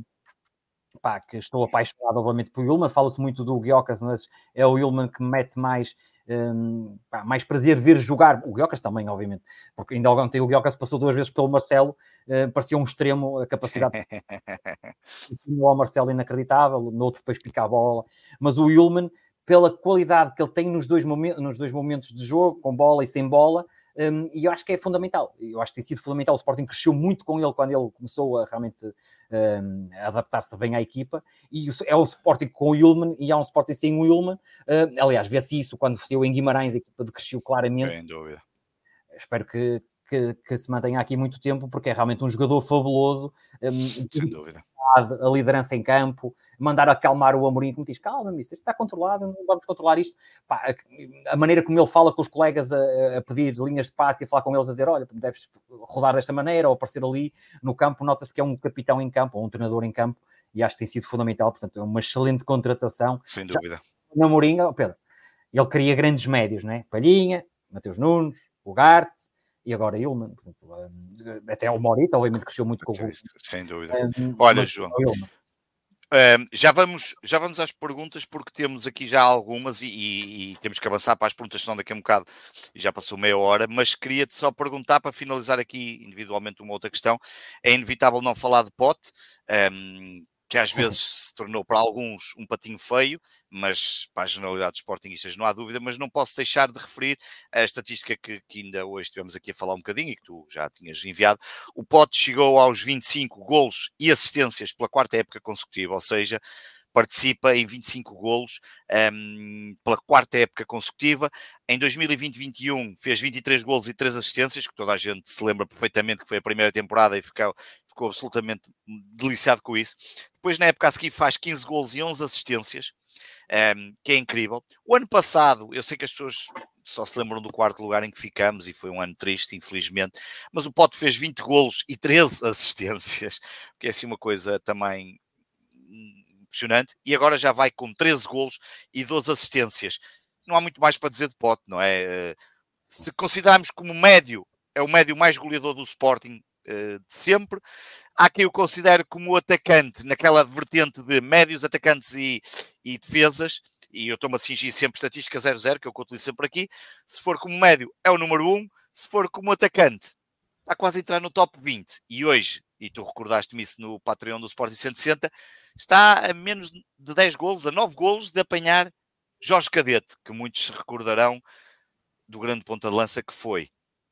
pá, que estou apaixonado obviamente por Yulman, fala-se muito do Gyökeres, mas é o Yulman que me mete mais, um, pá, mais prazer ver jogar, o Gyökeres também obviamente, porque ainda ontem o Gyökeres passou duas vezes pelo Marcelo, uh, parecia um extremo, a capacidade ao Marcelo inacreditável, no outro depois pica a bola, mas o Yulman, pela qualidade que ele tem nos dois, momen- nos dois momentos de jogo, com bola e sem bola, um, e eu acho que é fundamental. Eu acho que tem sido fundamental. O Sporting cresceu muito com ele quando ele começou a realmente um, a adaptar-se bem à equipa, e é o Sporting com o Yulman e há um Sporting sem o Yulman. Uh, aliás, vê-se isso quando saiu em Guimarães, a equipa cresceu claramente. Sem dúvida. Espero que, que, que se mantenha aqui muito tempo, porque é realmente um jogador fabuloso. Um, sem dúvida. tranquilidade, a liderança em campo, mandar acalmar o Amorim, como diz, calma, mister, isto está controlado, não vamos controlar isto. Pá, a, a maneira como ele fala com os colegas a, a pedir linhas de passe e a falar com eles, a dizer, olha, deves rodar desta maneira ou aparecer ali no campo, nota-se que é um capitão em campo, ou um treinador em campo, e acho que tem sido fundamental, portanto, é uma excelente contratação. Sem dúvida. Na Amorim, oh, Pedro, ele queria grandes médios, né? Palhinha, Mateus Nunes, Ugarte, e agora Ilman, portanto, um, até o Morita, obviamente cresceu muito com o Hulk. Sem dúvida. Um, Olha, João, um, já, vamos, já vamos às perguntas, porque temos aqui já algumas e, e, e temos que avançar para as perguntas, senão daqui a um bocado e já passou meia hora, mas queria-te só perguntar, para finalizar aqui individualmente uma outra questão, é inevitável não falar de Pote, um, que às vezes se tornou para alguns um patinho feio, mas para a generalidade dos sportinguistas não há dúvida, mas não posso deixar de referir a estatística que, que ainda hoje estivemos aqui a falar um bocadinho e que tu já tinhas enviado. O Pote chegou aos vinte e cinco golos e assistências pela quarta época consecutiva, ou seja, participa em vinte e cinco golos um, pela quarta época consecutiva. Em dois mil e vinte, vinte e um fez vinte e três golos e três assistências, que toda a gente se lembra perfeitamente que foi a primeira temporada e ficou, ficou absolutamente deliciado com isso. Depois, na época a seguir, faz quinze golos e onze assistências, um, que é incrível. O ano passado, eu sei que as pessoas só se lembram do quarto lugar em que ficamos e foi um ano triste, infelizmente, mas o Pote fez vinte golos e treze assistências, que é assim uma coisa também impressionante, e agora já vai com treze golos e doze assistências. Não há muito mais para dizer de Pote, não é? Se considerarmos como médio, é o médio mais goleador do Sporting uh, de sempre. Há quem o considere como atacante, naquela vertente de médios, atacantes e, e defesas, e eu estou-me a cingir sempre estatística zero zero, que é o que eu utilizo sempre aqui. Se for como médio, é o número um. Se for como atacante, está quase a entrar no top vinte. E hoje, e tu recordaste-me isso no Patreon do Sporting cento e sessenta, está a menos de dez golos, a nove golos de apanhar Jorge Cadete, que muitos se recordarão do grande ponta de lança que foi.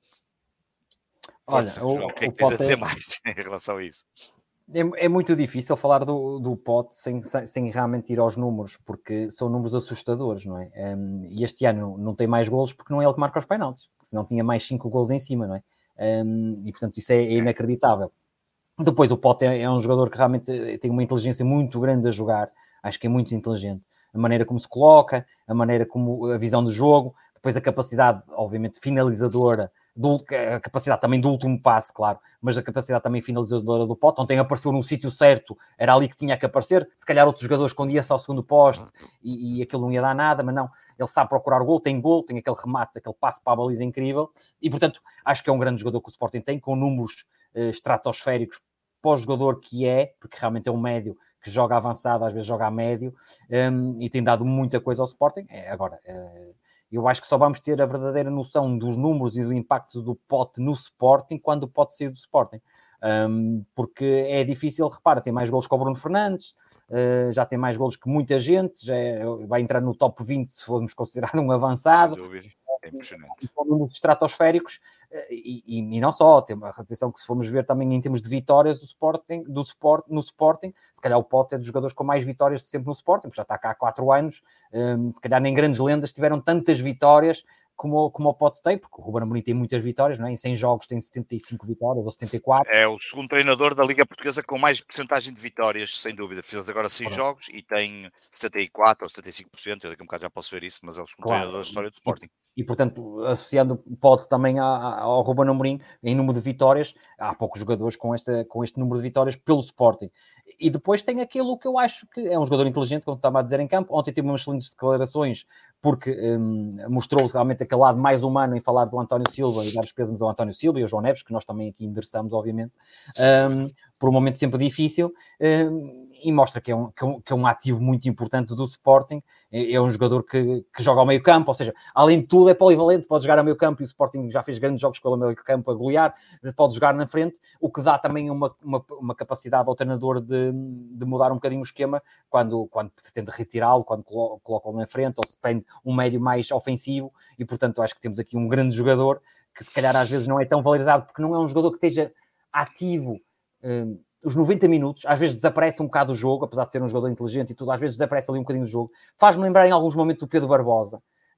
Olha, Força, o, João, o que é que tens a dizer é... mais em relação a isso? É, é muito difícil falar do, do Pote sem, sem realmente ir aos números, porque são números assustadores, não é? Um, e este ano não tem mais golos porque não é ele que marca os penaltis, senão tinha mais cinco golos em cima, não é? Um, e portanto isso é, é inacreditável. Depois o Pote é, é um jogador que realmente tem uma inteligência muito grande a jogar, acho que é muito inteligente. A maneira como se coloca, a maneira como a visão do jogo, depois a capacidade, obviamente, finalizadora, do, a capacidade também do último passe, claro, mas a capacidade também finalizadora do Pote. Ontem apareceu no sítio certo, era ali que tinha que aparecer. Se calhar outros jogadores escondiam-se ao segundo poste e, e aquilo não ia dar nada, mas não, ele sabe procurar o gol, tem gol, tem aquele remate, aquele passe para a baliza incrível, e portanto acho que é um grande jogador que o Sporting tem, com números eh, estratosféricos para o jogador que é, porque realmente é um médio que joga avançado, às vezes joga a médio, um, e tem dado muita coisa ao Sporting. É, agora, uh, eu acho que só vamos ter a verdadeira noção dos números e do impacto do Pote no Sporting quando o Pote sair do Sporting. Um, porque é difícil, repara, tem mais golos que o Bruno Fernandes, uh, já tem mais golos que muita gente, já é, vai entrar no top vinte se formos considerar um avançado. Sem dúvida. É impressionante. Com números estratosféricos, e, e, e não só, tem uma atenção que se formos ver também em termos de vitórias do Sporting, do Sport, no Sporting, se calhar o Pote é dos jogadores com mais vitórias de sempre no Sporting, porque já está cá há quatro anos, um, se calhar nem grandes lendas tiveram tantas vitórias como, como o Pote tem, porque o Ruben Amorim tem muitas vitórias, não é? Em cem jogos tem setenta e cinco vitórias, ou setenta e quatro. É o segundo treinador da Liga Portuguesa com mais porcentagem de vitórias, sem dúvida. Fez agora cem jogos e tem setenta e quatro ou setenta e cinco por cento, eu daqui a um bocado já posso ver isso, mas é o segundo claro. treinador da história do Sporting. E, e portanto, associando o Pote também ao Ruben Amorim, em número de vitórias, há poucos jogadores com, esta, com este número de vitórias pelo Sporting. E depois tem aquilo que eu acho que é um jogador inteligente, como estava a dizer em campo. Ontem teve umas excelentes declarações, porque hum, mostrou realmente aquele lado mais humano em falar do António Silva e dar os pesos ao António Silva e ao João Neves, que nós também aqui endereçamos, obviamente, um, por um momento sempre difícil, um, e mostra que é, um, que, é um, que é um ativo muito importante do Sporting. É, é um jogador que, que joga ao meio campo, ou seja, além de tudo é polivalente, pode jogar ao meio campo, e o Sporting já fez grandes jogos com ele ao meio campo a golear, pode jogar na frente, o que dá também uma, uma, uma capacidade ao treinador de, de mudar um bocadinho o esquema quando, quando pretende retirá-lo, quando coloca-o na frente, ou se prende um médio mais ofensivo, e portanto acho que temos aqui um grande jogador que se calhar às vezes não é tão valorizado, porque não é um jogador que esteja ativo um, os noventa minutos, às vezes desaparece um bocado do jogo, apesar de ser um jogador inteligente e tudo, às vezes desaparece ali um bocadinho do jogo. Faz-me lembrar em alguns momentos o Pedro Barbosa,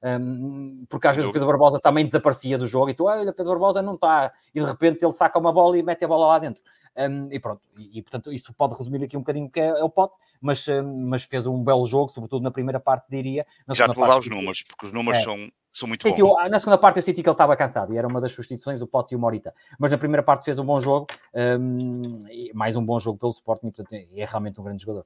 Um, porque às vezes o Pedro Barbosa também desaparecia do jogo e tu, olha, Pedro Barbosa não está, e de repente ele saca uma bola e mete a bola lá dentro. Um, e pronto, e, e portanto isso pode resumir aqui um bocadinho o que é, é o Pote, mas, um, mas fez um belo jogo, sobretudo na primeira parte, diria. Na Já te vou parte, dar os números, porque os números é, são, são muito senti, bons. Na segunda parte eu senti que ele estava cansado e era uma das substituições, o Pote e o Morita. Mas na primeira parte fez um bom jogo, um, e mais um bom jogo pelo Sporting, e portanto é realmente um grande jogador.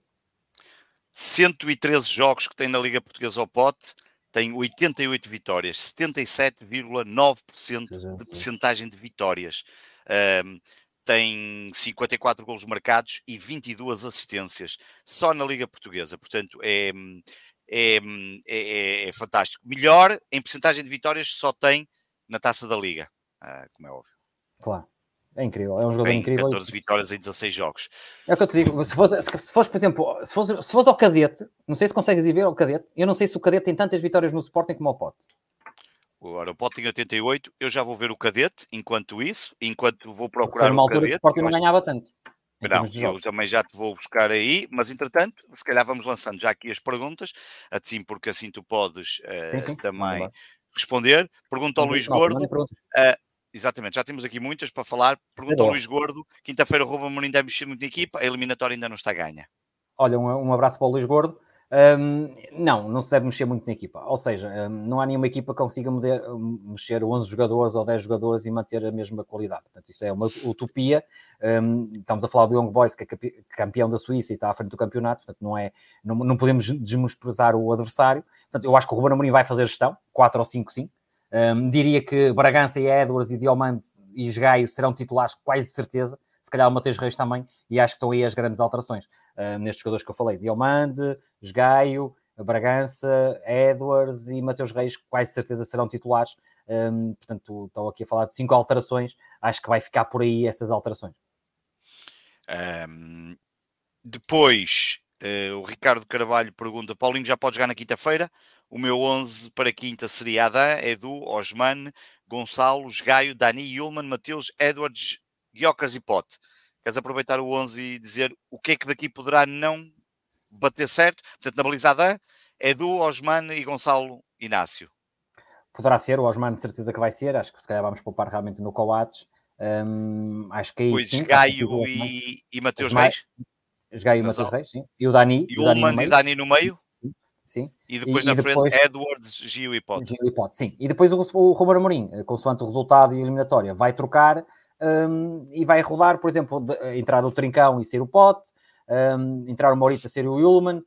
cento e treze jogos que tem na Liga Portuguesa ao Pote, tem oitenta e oito vitórias, setenta e sete vírgula nove por cento de percentagem de vitórias. Um, tem cinquenta e quatro golos marcados e vinte e duas assistências, só na Liga Portuguesa. Portanto, é, é, é, é fantástico. Melhor em percentagem de vitórias só tem na Taça da Liga, uh, como é óbvio. Claro. É incrível, é um jogador tem incrível. catorze vitórias em dezasseis jogos. É o que eu te digo, se fosse, se fosse por exemplo, se fosse, se fosse ao Cadete, não sei se consegues ir ver ao Cadete, eu não sei se o Cadete tem tantas vitórias no Sporting como o Pote. Agora, o Pote tem oitenta e oito, eu já vou ver o Cadete, enquanto isso, enquanto vou procurar Foi numa o altura Cadete. Que o Sporting não acho... ganhava tanto. Não, eu também já te vou buscar aí, mas entretanto, se calhar vamos lançando já aqui as perguntas, assim, porque assim tu podes uh, sim, sim. também responder. Pergunta ao Luís Gordo. Uh, exatamente, já temos aqui muitas para falar. Pergunta ao Luís Gordo. Quinta-feira o Ruben Amorim deve mexer muito na equipa, a eliminatória ainda não está ganha. Olha, um, um abraço para o Luís Gordo. Um, não, não se deve mexer muito na equipa. Ou seja, um, não há nenhuma equipa que consiga meder, mexer onze jogadores ou dez jogadores e manter a mesma qualidade. Portanto, isso é uma utopia. Um, estamos a falar do Young Boys, que é campeão da Suíça e está à frente do campeonato. Portanto, não, é, não, não podemos desmenosprezar o adversário. Portanto, eu acho que o Ruben Amorim vai fazer gestão. quatro ou cinco, sim. Um, diria que Bragança e Edwards e Diomande e Esgaio serão titulares quase de certeza. Se calhar o Mateus Reis também. E acho que estão aí as grandes alterações. Uh, nestes jogadores que eu falei, Diomande, Esgaio, Bragança, Edwards e Mateus Reis, quase certeza serão titulares. Um, portanto, estou aqui a falar de cinco alterações, acho que vai ficar por aí essas alterações. Um, depois, uh, o Ricardo Carvalho pergunta, Paulinho já pode jogar na quinta-feira? O meu onze para quinta seria Adã, Edu, Osman, Gonçalo, Esgaio, Dani, Yulman, Mateus, Edwards, Guiocas e Pote. Queres aproveitar o onze e dizer o que é que daqui poderá não bater certo? Portanto, na baliza Adã, Edu, Osman e Gonçalo Inácio. Poderá ser, o Osman de certeza que vai ser, acho que se calhar vamos poupar realmente no Coates. Um, acho que aí pois sim. Gaio e, e Mateus Reis. Gaio e Mateus Reis, sim. E o Dani. E o Ullman e Dani no meio. Sim. sim. E depois e, na e frente, depois, Edwards, Gio e Pote. Gio e Pote, sim. E depois o, o Ruben Amorim, consoante o resultado e eliminatória, vai trocar um, e vai rodar, por exemplo, de, entrar o Trincão e ser o Pote, um, entrar o Morita ser o Ullman,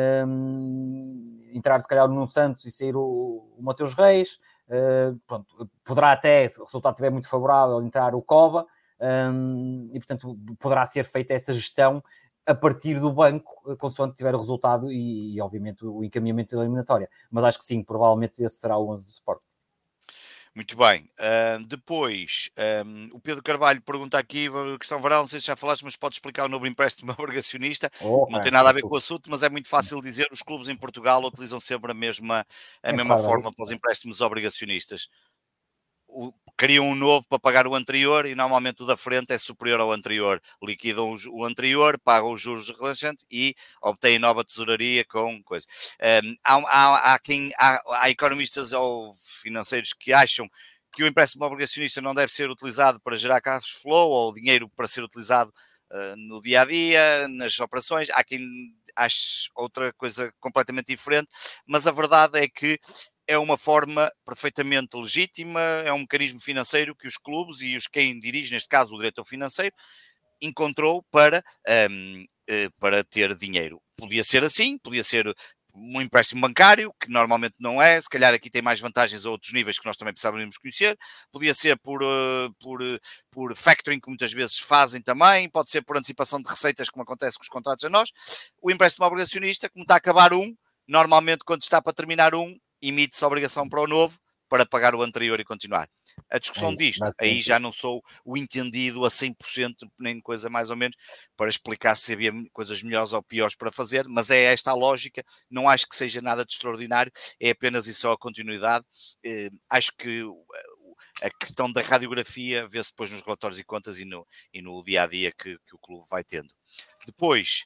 um, entrar se calhar o Nuno Santos e ser o, o Mateus Reis. Uh, pronto, poderá até, se o resultado estiver muito favorável, entrar o Cova, um, e portanto poderá ser feita essa gestão a partir do banco, consoante tiver o resultado e, e obviamente o encaminhamento da eliminatória, mas acho que sim, provavelmente esse será o onze do Sporting. Muito bem. Uh, depois, um, o Pedro Carvalho pergunta aqui, questão varal, não sei se já falaste, mas pode explicar o novo empréstimo obrigacionista. Oh, não é, tem nada a ver com o assunto, mas é muito fácil dizer, os clubes em Portugal utilizam sempre a mesma, a é mesma claro, forma é. para os empréstimos obrigacionistas. O, criam um novo para pagar o anterior e normalmente o da frente é superior ao anterior. Liquidam o, o anterior, pagam os juros relaxantes e obtêm nova tesouraria com coisa. Um, há, há, há, quem, há, há economistas ou financeiros que acham que o empréstimo obrigacionista não deve ser utilizado para gerar cash flow ou dinheiro para ser utilizado uh, no dia-a-dia, nas operações. Há quem ache outra coisa completamente diferente, mas a verdade é que é uma forma perfeitamente legítima, é um mecanismo financeiro que os clubes e os quem dirige, neste caso o diretor financeiro, encontrou para, um, para ter dinheiro. Podia ser assim, podia ser um empréstimo bancário, que normalmente não é, se calhar aqui tem mais vantagens a outros níveis que nós também precisávamos conhecer, podia ser por, uh, por, uh, por factoring, que muitas vezes fazem também, pode ser por antecipação de receitas, como acontece com os contratos a nós. O empréstimo obrigacionista, como está a acabar um, normalmente quando está para terminar um, emite-se a obrigação para o novo, para pagar o anterior e continuar. A discussão é isso, disto, aí já não sou o entendido a cem por cento, nem coisa mais ou menos, para explicar se havia coisas melhores ou piores para fazer, mas é esta a lógica, não acho que seja nada de extraordinário, é apenas e só a continuidade. Eh, acho que a questão da radiografia vê-se depois nos relatórios e contas e no, e no dia-a-dia que, que o clube vai tendo. Depois,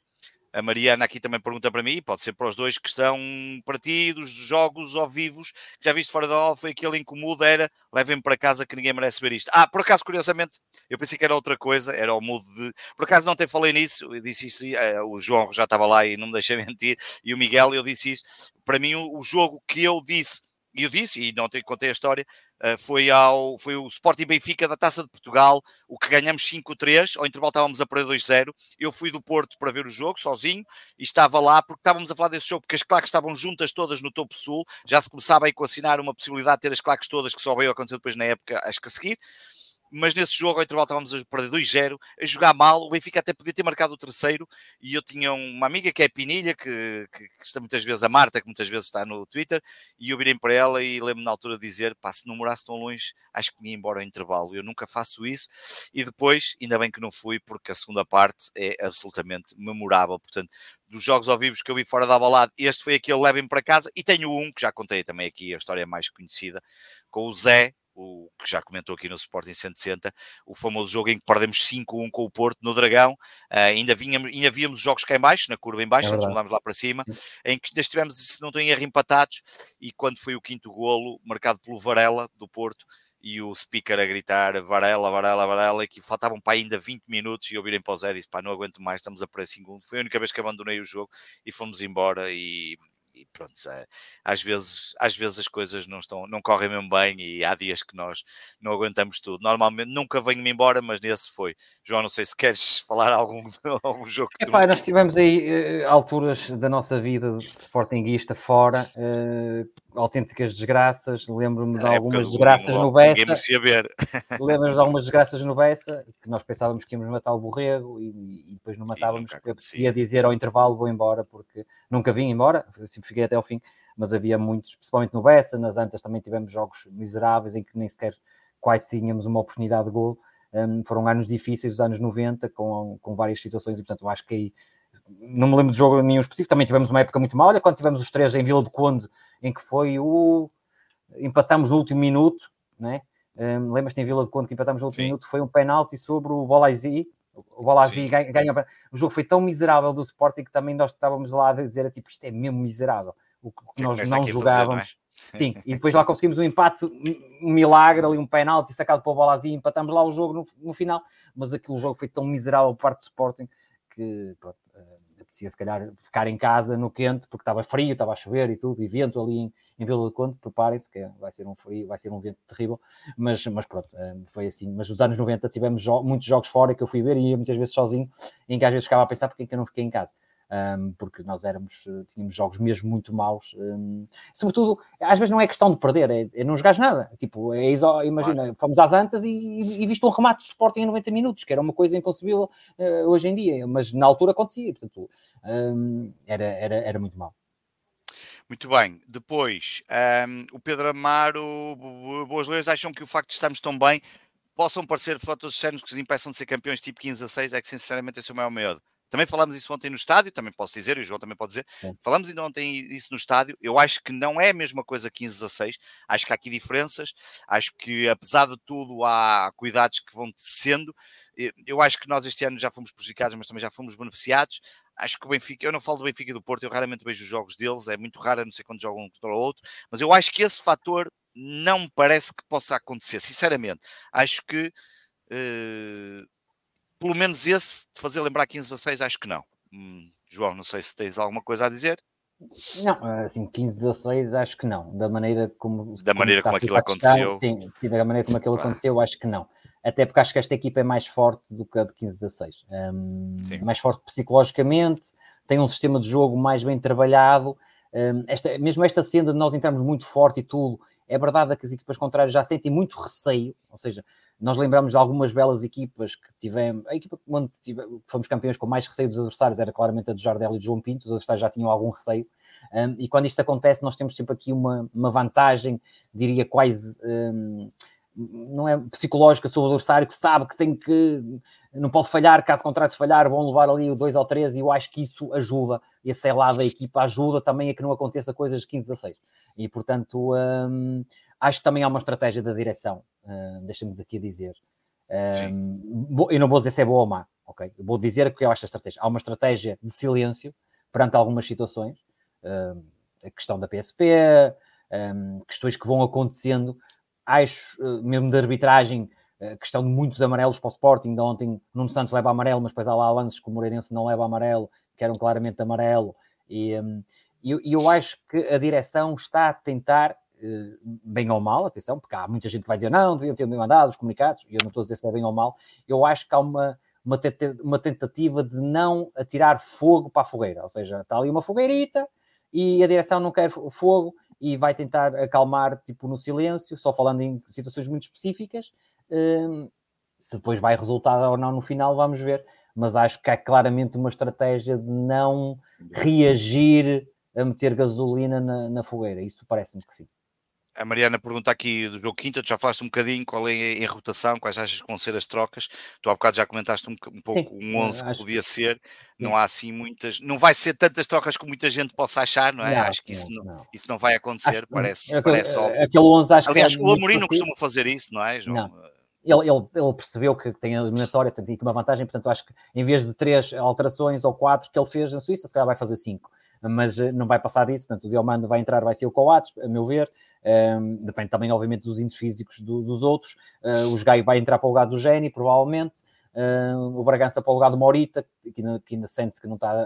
A Mariana aqui também pergunta para mim, pode ser para os dois que estão para ti, dos jogos ao vivos, que já viste fora da aula, foi aquele incomodo, era levem-me para casa que ninguém merece ver isto. Ah, por acaso, curiosamente, eu pensei que era outra coisa, era o mood de... Por acaso não até falei nisso, eu disse isso, o João já estava lá e não me deixei mentir, e o Miguel, eu disse isso. Para mim, o jogo que eu disse, e eu disse, e não te contei a história, foi, ao, foi o Sporting Benfica da Taça de Portugal, o que ganhamos cinco três, ao intervalo estávamos a perder dois zero, eu fui do Porto para ver o jogo, sozinho, e estava lá, porque estávamos a falar desse jogo, porque as claques estavam juntas todas no topo sul, já se começava a equacionar uma possibilidade de ter as claques todas, que só veio a acontecer depois na época, acho que a seguir, mas nesse jogo ao intervalo estávamos a perder dois zero, a jogar mal, o Benfica até podia ter marcado o terceiro, e eu tinha uma amiga que é a Pinilha, que, que, que está muitas vezes, a Marta, que muitas vezes está no Twitter, e eu virei para ela e lembro-me na altura de dizer, pá, se não morasse tão longe, acho que me ia embora ao intervalo, eu nunca faço isso, e depois, ainda bem que não fui, porque a segunda parte é absolutamente memorável, portanto, dos jogos ao vivo que eu vi fora da balada, este foi aquele levem para casa, e tenho um, que já contei também aqui, a história mais conhecida, com o Zé, o que já comentou aqui no Sporting cento e sessenta, o famoso jogo em que perdemos cinco a um com o Porto no Dragão, uh, ainda, vinhamos, ainda víamos jogos cá em baixo, na curva em baixo, é antes mudámos lá para cima, em que ainda estivemos, se não estou em erro, empatados, e quando foi o quinto golo, marcado pelo Varela, do Porto, e o speaker a gritar Varela, Varela, Varela, e que faltavam para ainda vinte minutos, e eu virem para o Zé e disse, pá, não aguento mais, estamos a perder cinco a um, foi a única vez que abandonei o jogo, e fomos embora, e... E pronto, às vezes, às vezes as coisas não, estão, não correm mesmo bem e há dias que nós não aguentamos tudo. Normalmente nunca venho-me embora, mas nesse foi. João, não sei se queres falar algum, algum jogo que Epá, tu... nós tivemos aí uh, alturas da nossa vida de sportinguista fora, uh, autênticas desgraças. Lembro-me de A época algumas do golinho desgraças logo, no que ninguém Bessa. merecia ver. Lembro-me de algumas desgraças no Bessa, que nós pensávamos que íamos matar o borrego e, e depois não E matávamos, nunca porque apetecia acontecia. dizer ao intervalo vou embora, porque nunca vim embora, sempre fiquei até ao fim, mas havia muitos, principalmente no Bessa, nas Antas também tivemos jogos miseráveis em que nem sequer quase tínhamos uma oportunidade de gol. Um, foram anos difíceis, os anos noventa, com, com várias situações, e portanto eu acho que aí não me lembro de jogo nenhum específico, também tivemos uma época muito má. Olha, quando tivemos os três em Vila do Conde, em que foi o... empatamos no último minuto, né? Um, lembras-te em Vila do Conde que empatamos no último Sim. minuto, foi um penalti sobre o Bolazi, o Bolazi ganha, ganha, o jogo foi tão miserável do Sporting que também nós estávamos lá a dizer, tipo, isto é mesmo miserável, o que, que nós é que não jogávamos, fazer, não é? sim, e depois lá conseguimos um empate, um milagre ali, um penalti sacado para o Bolazi, empatamos lá o jogo no, no final, mas aquele jogo foi tão miserável por parte do Sporting que, pronto, uh, apetecia se calhar ficar em casa no quente, porque estava frio, estava a chover e tudo, e vento ali em, em Vila do Conde, preparem-se, que vai ser um frio, vai ser um vento terrível, mas, mas pronto, foi assim. Mas nos anos noventa tivemos jo- muitos jogos fora que eu fui ver e ia muitas vezes sozinho, em que às vezes ficava a pensar porque é que eu não fiquei em casa. Um, porque nós éramos, tínhamos jogos mesmo muito maus. Um, sobretudo, às vezes não é questão de perder, é, é não jogares nada. Tipo, é, imagina, claro. Fomos às Antas e, e, e viste um remate de Sporting em noventa minutos, que era uma coisa inconcebível uh, hoje em dia, mas na altura acontecia, portanto, um, era, era, era muito mau. Muito bem, depois um, o Pedro Amaro, boas leis, acham que o facto de estarmos tão bem possam parecer fatores externos que os impeçam de ser campeões tipo quinze a seis, é que sinceramente esse é o maior medo. Também falámos isso ontem no estádio, também posso dizer, e o João também pode dizer, Sim. Falámos ainda ontem isso no estádio, eu acho que não é a mesma coisa quinze a seis, acho que há aqui diferenças, acho que apesar de tudo há cuidados que vão sendo, eu acho que nós este ano já fomos prejudicados, mas também já fomos beneficiados, acho que o Benfica, eu não falo do Benfica e do Porto, eu raramente vejo os jogos deles, é muito raro, não sei quando jogam um contra o outro, mas eu acho que esse fator não me parece que possa acontecer, sinceramente, acho que uh, pelo menos esse, de fazer lembrar quinze a seis, acho que não. Hum, João, não sei se tens alguma coisa a dizer. Não, assim, quinze, dezasseis, acho que não. Da maneira como, Da como maneira está como aquilo a questão, aconteceu. sim, da maneira como aquilo Pá. aconteceu, acho que não. Até porque acho que esta equipa é mais forte do que a de quinze, dezasseis. Um, mais forte psicologicamente, tem um sistema de jogo mais bem trabalhado. Um, esta, mesmo esta senda de nós entramos muito forte e tudo, é verdade que as equipas contrárias já sentem muito receio, ou seja, nós lembramos de algumas belas equipas que tivemos, a equipa onde tivemos, fomos campeões com mais receio dos adversários era claramente a de Jardel e de João Pinto, os adversários já tinham algum receio, um, e quando isto acontece nós temos sempre aqui uma, uma vantagem, diria quase, um, não é psicológica sobre o adversário, que sabe que tem que, não pode falhar, caso contrário se falhar vão levar ali o dois ou três, e eu acho que isso ajuda, esse lado da equipa ajuda também a que não aconteça coisas de quinze a seis. E, portanto, hum, acho que também há uma estratégia da direção, hum, deixa-me daqui dizer. Hum, eu não vou dizer se é boa ou má, ok? Vou dizer que eu acho a estratégia. Há uma estratégia de silêncio perante algumas situações, uh, a questão da P S P, um, questões que vão acontecendo, acho, uh, mesmo de arbitragem, a questão de muitos amarelos para o Sporting, de ontem Nuno Santos leva amarelo, mas depois há lá lances que o Moreirense não leva amarelo, que eram claramente amarelo, e um, eu, eu acho que a direção está a tentar, uh, bem ou mal, atenção, porque há muita gente que vai dizer, não, deviam ter mandado os comunicados, e eu não estou a dizer se é bem ou mal, eu acho que há uma, uma, tenta, uma tentativa de não atirar fogo para a fogueira, ou seja, está ali uma fogueirita, e a direção não quer fogo, e vai tentar acalmar, tipo, no silêncio, só falando em situações muito específicas. Um, se depois vai resultar ou não no final, vamos ver. Mas acho que há claramente uma estratégia de não reagir a meter gasolina na, na fogueira. Isso parece-me que sim. A Mariana pergunta aqui do jogo quinta, tu já falaste um bocadinho qual é em rotação, quais achas que vão ser as trocas. Tu há bocado já comentaste um, um pouco Sim, um onze que acho podia que ser. Não sim. há assim muitas, não vai ser tantas trocas como muita gente possa achar, não é? Não, Acho que isso não, não, não. isso não vai Acho acontecer, que parece, aquele, parece óbvio. aquele onze acho que é Aliás, o muito Amorim não parecido. costuma fazer isso, não é, João? Não. Ele, ele, ele percebeu que tem a eliminatória, tem aqui uma vantagem, portanto acho que em vez de três alterações ou quatro que ele fez na Suíça, se calhar vai fazer cinco. Mas não vai passar disso, portanto o Diomando vai entrar, vai ser o Coates, a meu ver, um, depende também obviamente dos índices físicos do, dos outros, uh, o Gaio vai entrar para o lugar do Geni, provavelmente, uh, o Bragança para o lugar do Morita, que ainda, que ainda sente que não está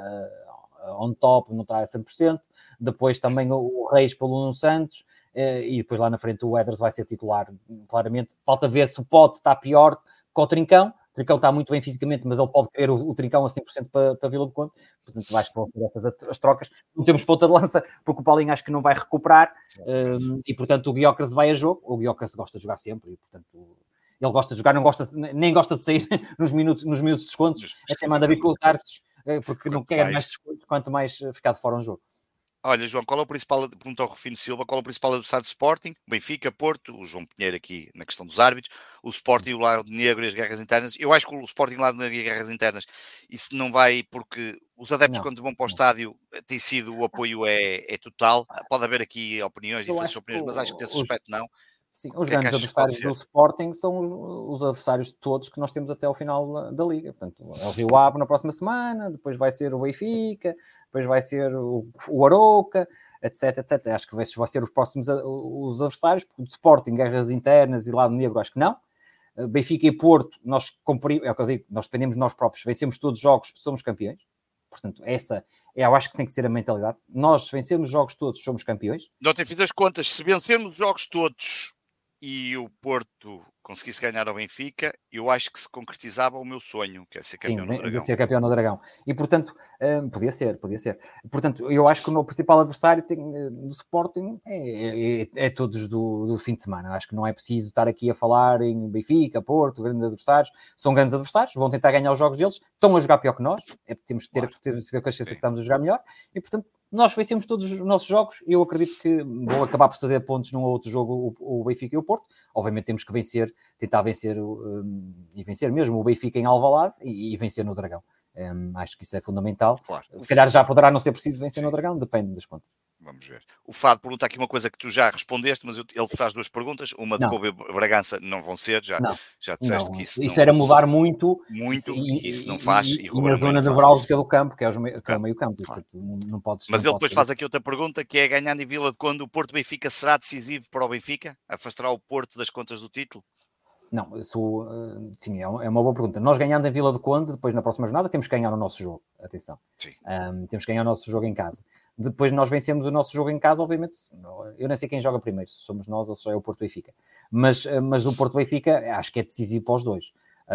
uh, on top, não está a cem por cento, depois também o, o Reis pelo Nuno Santos, Uh, e depois lá na frente o Eders vai ser titular, claramente. Falta ver se o Pote está pior que o Trincão. O Trincão está muito bem fisicamente, mas ele pode querer o, o Trincão a cem por cento para, para Vila do Conde. Portanto, acho que vão ser essas as trocas. Não temos ponta de lança, porque o Paulinho acho que não vai recuperar. Uh, e, portanto, o Guiocas vai a jogo. O Guiocas gosta de jogar sempre. E, portanto, ele gosta de jogar, não gosta, nem gosta de sair nos minutos, nos minutos de descontos. Até manda vir com os árbitros, porque não quer mais descontos, quanto mais ficar de fora um jogo. Olha, João, qual é o principal, pergunta ao Rufino Silva, qual é o principal adversário do Sporting? Benfica, Porto, o João Pinheiro aqui na questão dos árbitros, o Sporting, o lado negro e as guerras internas. Eu acho que o Sporting, o lado negro e as guerras internas, isso não vai, porque os adeptos Não, quando vão para o não. estádio, tem sido, o apoio é, é total. Pode haver aqui opiniões, Eu diferentes acho que opiniões, mas acho que nesse os, aspecto não. sim, O os que é que grandes achas que pode adversários do ser? Sporting são os, os adversários todos que nós temos até ao final da, da Liga. Portanto, é o Rio Ave na próxima semana, depois vai ser o Benfica, depois vai ser o, o Arouca, etc, etcétera. Acho que esses vão ser os próximos os adversários, porque o Sporting, guerras internas e lado negro, acho que não. Benfica e Porto, nós cumprimos, é o que eu digo, nós dependemos de nós próprios, vencemos todos os jogos, somos campeões. Portanto, essa, eu acho que tem que ser a mentalidade. Nós vencemos os jogos todos, somos campeões. Ontem fiz as contas, se vencermos os jogos todos e o Porto conseguisse ganhar ao Benfica, eu acho que se concretizava o meu sonho, que é ser Sim, campeão no de, de Dragão. ser campeão no Dragão. E, portanto, um, podia ser, podia ser. Portanto, eu acho que o meu principal adversário tem, do Sporting é, é, é todos do, do fim de semana. Acho que não é preciso estar aqui a falar em Benfica, Porto, grandes adversários. São grandes adversários, vão tentar ganhar os jogos deles. Estão a jogar pior que nós. É, temos que ter, Claro. ter, ter a consciência que estamos a jogar melhor. E, portanto, nós vencemos todos os nossos jogos e eu acredito que vou acabar por ceder pontos num ou outro jogo o, o Benfica e o Porto. Obviamente temos que vencer, tentar vencer um, e vencer mesmo o Benfica em Alvalade e, e vencer no Dragão. Um, acho que isso é fundamental. Claro. Se calhar já poderá não ser preciso vencer Sim. no Dragão, depende das contas. Vamos ver. O Fado pergunta aqui uma coisa que tu já respondeste, mas eu, ele te faz duas perguntas. Uma de Kobe Bragança não vão ser, já, não, já disseste não. que isso, isso não... era mudar muito, muito e, e isso não e, faz, e, e, e na zona nevrálgica do campo, que é, os, que é o meio campo. Claro. Portanto, não, não podes, mas não ele depois podes faz aqui outra pergunta, que é ganhando em Vila de Conde, o Porto Benfica será decisivo para o Benfica? Afastará o Porto das contas do título? Não, isso, sim, é uma boa pergunta. Nós ganhando em Vila do Conde, depois na próxima jornada temos que ganhar o nosso jogo. Atenção. Um, temos que ganhar o nosso jogo em casa. Depois nós vencemos o nosso jogo em casa, obviamente. Eu nem sei quem joga primeiro, se somos nós ou se é o Porto Benfica. Mas, mas o Porto Benfica acho que é decisivo para os dois.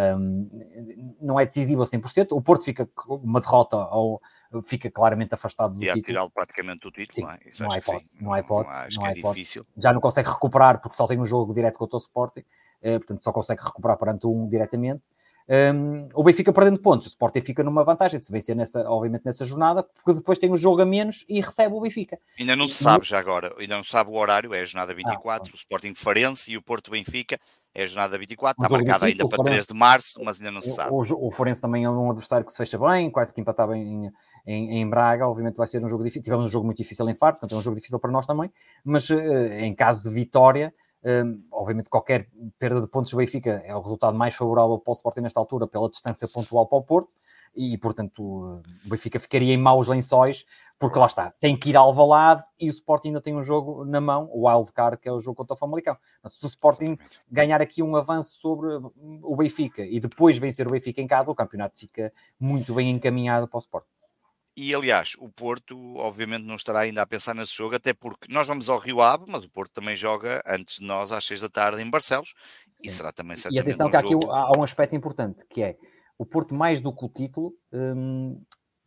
Um, não é decisivo a cem por cento. O Porto fica uma derrota ou fica claramente afastado do e título. E a tirá-lo praticamente do título, sim, não é? Isso não há hipótese. Não há hipótese. Acho não que há é hipótese. difícil. Já não consegue recuperar porque só tem um jogo direto contra o Sporting. Uh, portanto, só consegue recuperar perante um diretamente. Um, o Benfica perdendo pontos, o Sporting fica numa vantagem se vencer, nessa, obviamente, nessa jornada, porque depois tem um jogo a menos e recebe o Benfica. Ainda não se sabe já agora, ainda não se sabe o horário, é a jornada vinte e quatro, ah, o Sporting Farense e o Porto Benfica é a jornada vinte e quatro, um está marcada ainda para três de março, mas ainda não se sabe. O, o, o Farense também é um adversário que se fecha bem, quase que empatava em, em, em Braga, obviamente vai ser um jogo difícil, tivemos um jogo muito difícil em Faro, portanto é um jogo difícil para nós também, mas uh, em caso de vitória, Um, obviamente qualquer perda de pontos do Benfica é o resultado mais favorável para o Sporting nesta altura, pela distância pontual para o Porto, e portanto o Benfica ficaria em maus lençóis, porque lá está, tem que ir ao Alvalade e o Sporting ainda tem um jogo na mão, o wildcard, que é o jogo contra o Famalicão. Mas se o Sporting Exatamente. ganhar aqui um avanço sobre o Benfica e depois vencer o Benfica em casa, o campeonato fica muito bem encaminhado para o Sporting. E, aliás, o Porto, obviamente, não estará ainda a pensar nesse jogo, até porque nós vamos ao Rio Ave, mas o Porto também joga antes de nós, às seis da tarde, em Barcelos, Sim. e será também certamente E atenção um que jogo... aqui há um aspecto importante, que é, o Porto, mais do que o título, hum,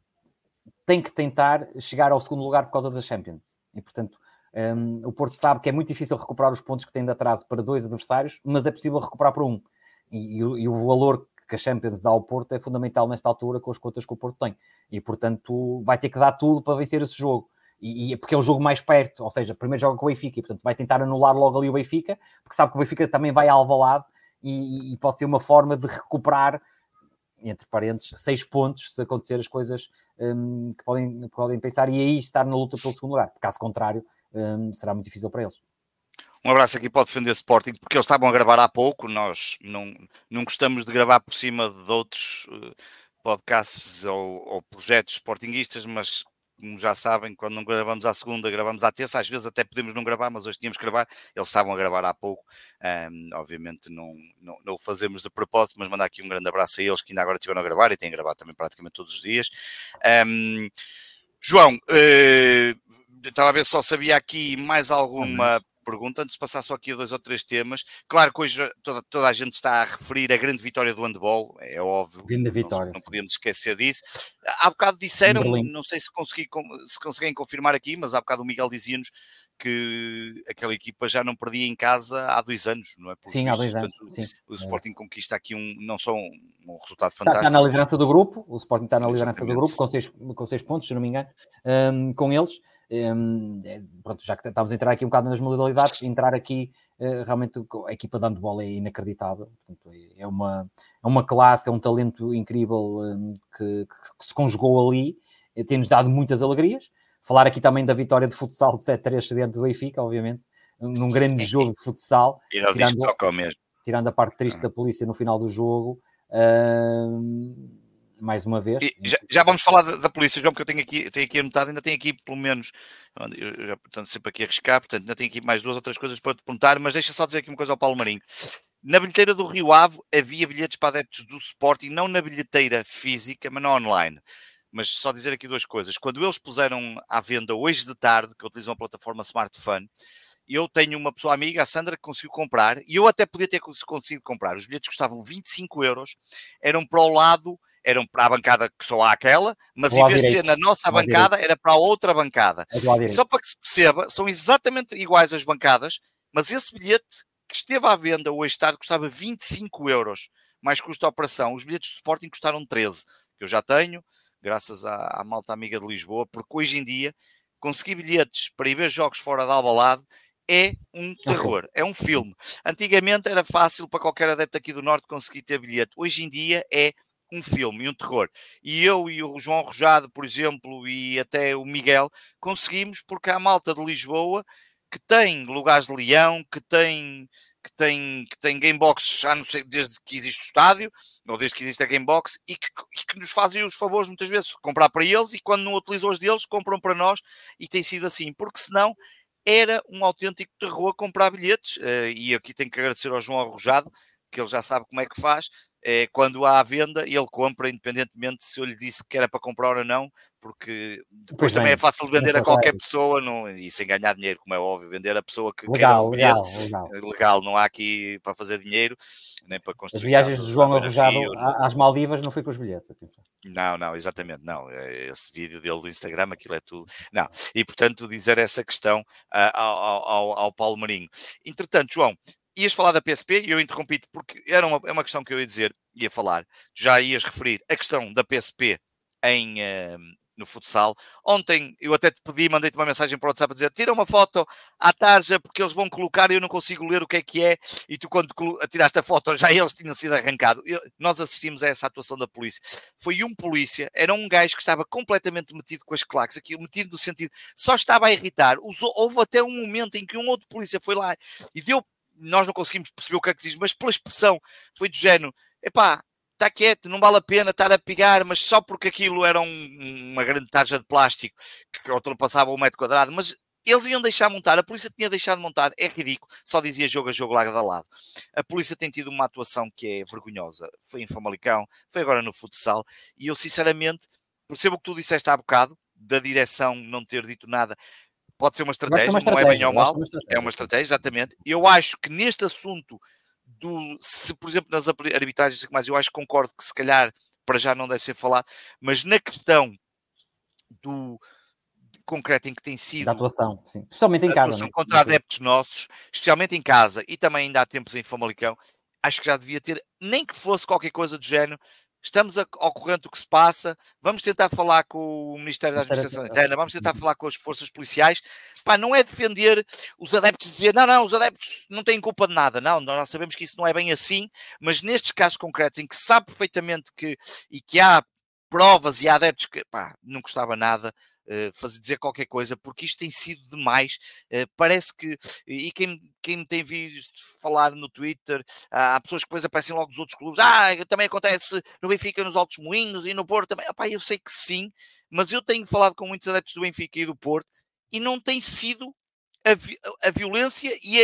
tem que tentar chegar ao segundo lugar por causa das Champions. E, portanto, hum, o Porto sabe que é muito difícil recuperar os pontos que tem de atraso para dois adversários, mas é possível recuperar para um. E, e, e o valor que a Champions dá ao Porto é fundamental nesta altura com as contas que o Porto tem. E, portanto, vai ter que dar tudo para vencer esse jogo. E, e porque é o jogo mais perto, ou seja, primeiro joga com o Benfica e, portanto, vai tentar anular logo ali o Benfica, porque sabe que o Benfica também vai ao Alvalade e, e pode ser uma forma de recuperar, entre parênteses, seis pontos, se acontecer as coisas um, que podem, podem pensar, e aí estar na luta pelo segundo lugar. Caso contrário, um, será muito difícil para eles. Um abraço aqui para o Defender Sporting, porque eles estavam a gravar há pouco, nós não, não gostamos de gravar por cima de outros uh, podcasts ou, ou projetos sportinguistas, mas como já sabem, quando não gravamos à segunda, gravamos à terça, às vezes até podemos não gravar, mas hoje tínhamos que gravar, eles estavam a gravar há pouco, um, obviamente não, não, não o fazemos de propósito, mas mandar aqui um grande abraço a eles que ainda agora estiveram a gravar e têm gravado também praticamente todos os dias. Um, João, uh, estava a ver se só sabia aqui mais alguma... Ah, pergunta, antes de passar só aqui a dois ou três temas. Claro que hoje toda, toda a gente está a referir a grande vitória do handball, é óbvio, grande vitória, não, não podíamos esquecer disso. Há bocado disseram, não sei se, consegui, se conseguem confirmar aqui, mas há bocado o Miguel dizia-nos que aquela equipa já não perdia em casa há dois anos, não é? Por sim, há dois anos. Portanto, sim. O Sporting é. conquista aqui um, não só um, um resultado está, fantástico. Está na liderança do grupo, o Sporting está na liderança Exatamente. do grupo, com seis, com seis pontos, se não me engano, um, com eles. Um, pronto, já que estamos a entrar aqui um bocado nas modalidades, entrar aqui uh, realmente a equipa de handball é inacreditável. Portanto, é, uma, é uma classe, é um talento incrível um, que, que se conjugou ali, tem-nos dado muitas alegrias. Falar aqui também da vitória de futsal de sete a três diante do Benfica, obviamente, num grande jogo de futsal, tirando, mesmo. tirando a parte triste da polícia no final do jogo. Uh, mais uma vez. E já, já vamos falar da, da polícia, João, porque eu tenho aqui, tenho aqui anotado, ainda tenho aqui pelo menos, eu já portanto, sempre aqui a arriscar, portanto ainda tenho aqui mais duas outras coisas para te perguntar, mas deixa só dizer aqui uma coisa ao Paulo Marinho. Na bilheteira do Rio Ave havia bilhetes para adeptos do Sporting, não na bilheteira física, mas na online. Mas só dizer aqui duas coisas. Quando eles puseram à venda hoje de tarde, que utilizam a plataforma Smartphone, eu tenho uma pessoa amiga, a Sandra, que conseguiu comprar, e eu até podia ter conseguido comprar. Os bilhetes custavam vinte e cinco euros, eram para o lado, eram para a bancada que só há aquela, mas em vez de ser na nossa bancada, era para a outra bancada. E só para que se perceba, são exatamente iguais as bancadas, mas esse bilhete que esteve à venda hoje tarde custava vinte e cinco euros, mais custo de operação. Os bilhetes do Sporting custaram treze, que eu já tenho, graças à, à malta amiga de Lisboa, porque hoje em dia conseguir bilhetes para ir ver jogos fora de Alvalade é um terror, é um filme. Antigamente era fácil para qualquer adepto aqui do Norte conseguir ter bilhete. Hoje em dia é um filme e um terror. E eu e o João Rojado, por exemplo, e até o Miguel, conseguimos porque há malta de Lisboa que tem lugares de leão, que tem... que tem, que tem gamebox já não sei, desde que existe o estádio, ou desde que existe a gamebox, e que, e que nos fazem os favores muitas vezes de comprar para eles, e quando não utilizam os deles, compram para nós, e tem sido assim, porque senão era um autêntico terror comprar bilhetes, e aqui tenho que agradecer ao João Arrojado, que ele já sabe como é que faz. É, quando há à venda, ele compra, independentemente se eu lhe disse que era para comprar ou não, porque depois pois também bem, é fácil de vender a qualquer pessoa, não, e sem ganhar dinheiro, como é óbvio, vender a pessoa que legal, quer legal, legal. legal, não há aqui para fazer dinheiro, nem para construir. As viagens de João Arrojado às Maldivas não foi com os bilhetes, atenção. Não, não, exatamente, não. Esse vídeo dele do Instagram, aquilo é tudo. Não, e portanto dizer essa questão uh, ao, ao, ao Paulo Marinho. Entretanto, João, ias falar da P S P e eu interrompi-te porque era uma, é uma questão que eu ia dizer, ia falar. Já ias referir a questão da P S P em, uh, no futsal. Ontem eu até te pedi, mandei-te uma mensagem para o WhatsApp a dizer tira uma foto à tarja porque eles vão colocar e eu não consigo ler o que é que é. E tu quando tiraste a foto já eles tinham sido arrancados. Eu, nós assistimos a essa atuação da polícia. Foi um polícia, era um gajo que estava completamente metido com as claques, aqui metido no sentido, só estava a irritar. Houve até um momento em que um outro polícia foi lá e deu nós não conseguimos perceber o que é que diz, mas pela expressão foi do género, epá, está quieto, não vale a pena estar a pegar, mas só porque aquilo era um, uma grande tarja de plástico que ultrapassava um metro quadrado, mas eles iam deixar montar, a polícia tinha deixado montar, é ridículo, só dizia jogo a jogo lado a lado. A polícia tem tido uma atuação que é vergonhosa, foi em Famalicão, foi agora no futsal, e eu sinceramente percebo o que tu disseste há bocado, da direção não ter dito nada, pode ser uma estratégia, uma estratégia não é bem ou mal, é uma estratégia, é uma estratégia exatamente. Eu acho que neste assunto, do, se por exemplo nas arbitragens, mas eu acho que concordo que se calhar para já não deve ser falado, mas na questão do concreto em que tem sido da atuação, sim. Especialmente em casa, atuação né? contra adeptos nossos, especialmente em casa e também ainda há tempos em Famalicão, acho que já devia ter, nem que fosse qualquer coisa do género, estamos ao corrente do que se passa, vamos tentar falar com o Ministério da Administração Interna, vamos tentar falar com as forças policiais, pá, não é defender os adeptos e dizer, não, não, os adeptos não têm culpa de nada, não, nós sabemos que isso não é bem assim, mas nestes casos concretos em que se sabe perfeitamente que, e que há provas e há adeptos que, pá, não gostava nada, Uh, fazer, dizer qualquer coisa, porque isto tem sido demais, uh, parece que, e quem, quem me tem visto falar no Twitter, há, há pessoas que depois aparecem logo dos outros clubes, ah, também acontece no Benfica, nos Altos Moinhos e no Porto também, opá, eu sei que sim, mas eu tenho falado com muitos adeptos do Benfica e do Porto, e não tem sido a, vi a violência e, a,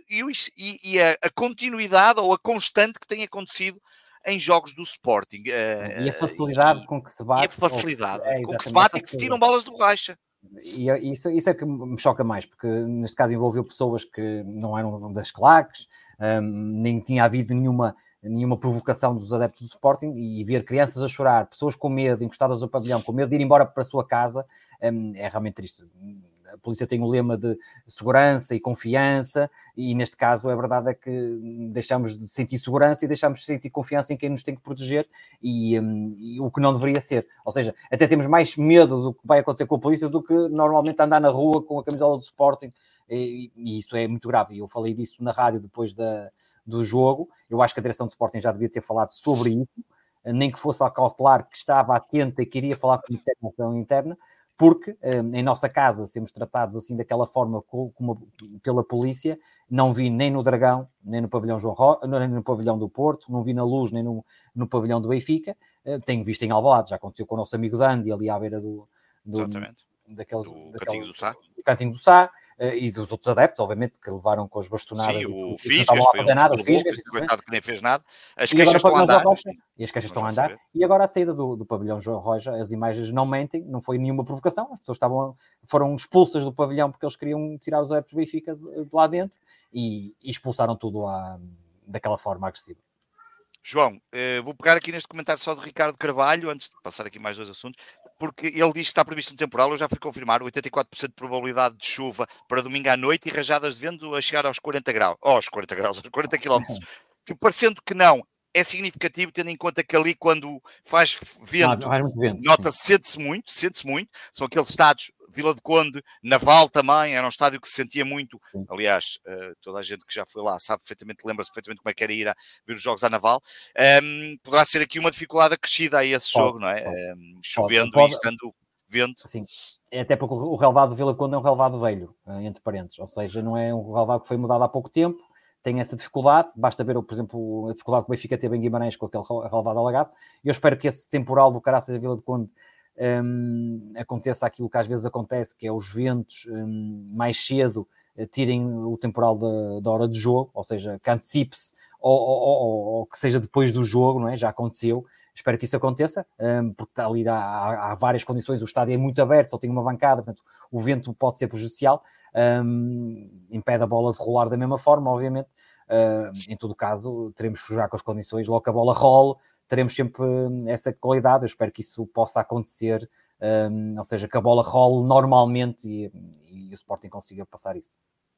e, e a, a continuidade ou a constante que tem acontecido em jogos do Sporting. Uh, e a facilidade e, com que se bate. E a facilidade é, com que se bate e que se tiram bolas de borracha. E isso, isso é que me choca mais, porque neste caso envolveu pessoas que não eram das claques, um, nem tinha havido nenhuma, nenhuma provocação dos adeptos do Sporting, e ver crianças a chorar, pessoas com medo, encostadas ao pavilhão, com medo de ir embora para a sua casa, um, é realmente triste. A polícia tem o lema de segurança e confiança, e neste caso a verdade é que deixamos de sentir segurança e deixamos de sentir confiança em quem nos tem que proteger, e, um, e o que não deveria ser. Ou seja, até temos mais medo do que vai acontecer com a polícia do que normalmente andar na rua com a camisola do Sporting, e, e isso é muito grave. Eu falei disso na rádio depois da, do jogo. Eu acho que a direção do Sporting já devia ter falado sobre isso, nem que fosse a cautelar que estava atenta e queria falar com a interna interna, porque um, em nossa casa sermos tratados assim daquela forma como pela polícia, não vi nem no Dragão, nem no pavilhão João Ro... nem no pavilhão do Porto, não vi na Luz, nem no, no pavilhão do Benfica, uh, tenho visto em Alvalade, já aconteceu com o nosso amigo Dandi, ali à beira do... do Exatamente. Daqueles, do daqueles, Cantinho do Sá. Do Cantinho do Sá, uh, e dos outros adeptos, obviamente, que levaram com as bastonadas. Sim, e o que, Fisgas, que não estavam a fazer um nada, o Fisgas, coitado que nem fez nada. As e queixas estão a andar. Rocha, e as queixas estão a andar. Saber. E agora a saída do, do pavilhão João Roja, as imagens não mentem, não foi nenhuma provocação, as pessoas estavam, foram expulsas do pavilhão porque eles queriam tirar os adeptos do Benfica de, de lá dentro, e, e expulsaram tudo à, daquela forma agressiva. João, eh, vou pegar aqui neste comentário só de Ricardo Carvalho, antes de passar aqui mais dois assuntos, porque ele diz que está previsto um temporal, eu já fui confirmar, oitenta e quatro por cento de probabilidade de chuva para domingo à noite e rajadas de vento a chegar aos quarenta graus, oh, aos quarenta graus, aos quarenta quilómetros, que parecendo que não, é significativo, tendo em conta que ali quando faz vento, vento nota-se, sente-se muito, sente-se muito, são aqueles estados, Vila do Conde, Naval também, era um estádio que se sentia muito, sim. Aliás, uh, toda a gente que já foi lá sabe perfeitamente, lembra-se perfeitamente como é que era ir a ver os jogos à Naval, um, poderá ser aqui uma dificuldade acrescida a esse pode, jogo, não é? Um, chovendo pode, pode. E estando vento. Sim. É até porque o relevado de Vila do Conde é um relevado velho, entre parênteses, ou seja, não é um relevado que foi mudado há pouco tempo, tem essa dificuldade, basta ver, por exemplo, a dificuldade que o Benfica teve em Guimarães com aquele relevado alagado. Eu espero que esse temporal do Caraças da Vila do Conde um, aconteça aquilo que às vezes acontece, que é os ventos um, mais cedo uh, tirem o temporal da, da hora de jogo, ou seja, que antecipe-se ou, ou, ou, ou que seja depois do jogo, não é? Já aconteceu. Espero que isso aconteça, um, porque ali há, há, há várias condições, o estádio é muito aberto, só tem uma bancada, portanto o vento pode ser prejudicial, um, impede a bola de rolar da mesma forma, obviamente. Uh, em todo caso, teremos que jogar com as condições, logo que a bola role, teremos sempre essa qualidade. Eu espero que isso possa acontecer, um, ou seja, que a bola role normalmente e, e o Sporting consiga passar isso.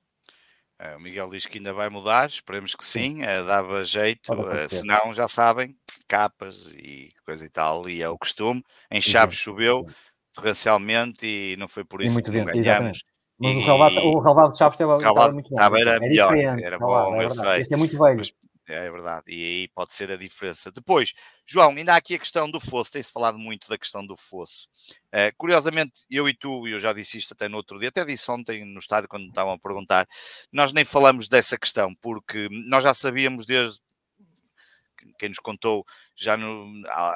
O Miguel diz que ainda vai mudar, esperemos que sim, sim. Uh, dava jeito, uh, se não, já sabem, capas e coisa e tal, e é o costume. Em Chaves choveu torrencialmente e não foi por isso que não ganhamos. Exatamente. Mas e... o relevado, o relevado de Chaves estava, estava muito bom. Estava, era, era melhor, era bom, relevado, eu é sei. Este é muito velho. Mas, É verdade, e aí pode ser a diferença. Depois, João, ainda há aqui a questão do fosso, tem-se falado muito da questão do fosso. Uh, curiosamente, eu e tu, e eu já disse isto até no outro dia, até disse ontem no estádio quando me estavam a perguntar, nós nem falamos dessa questão, porque nós já sabíamos desde quem nos contou, já no,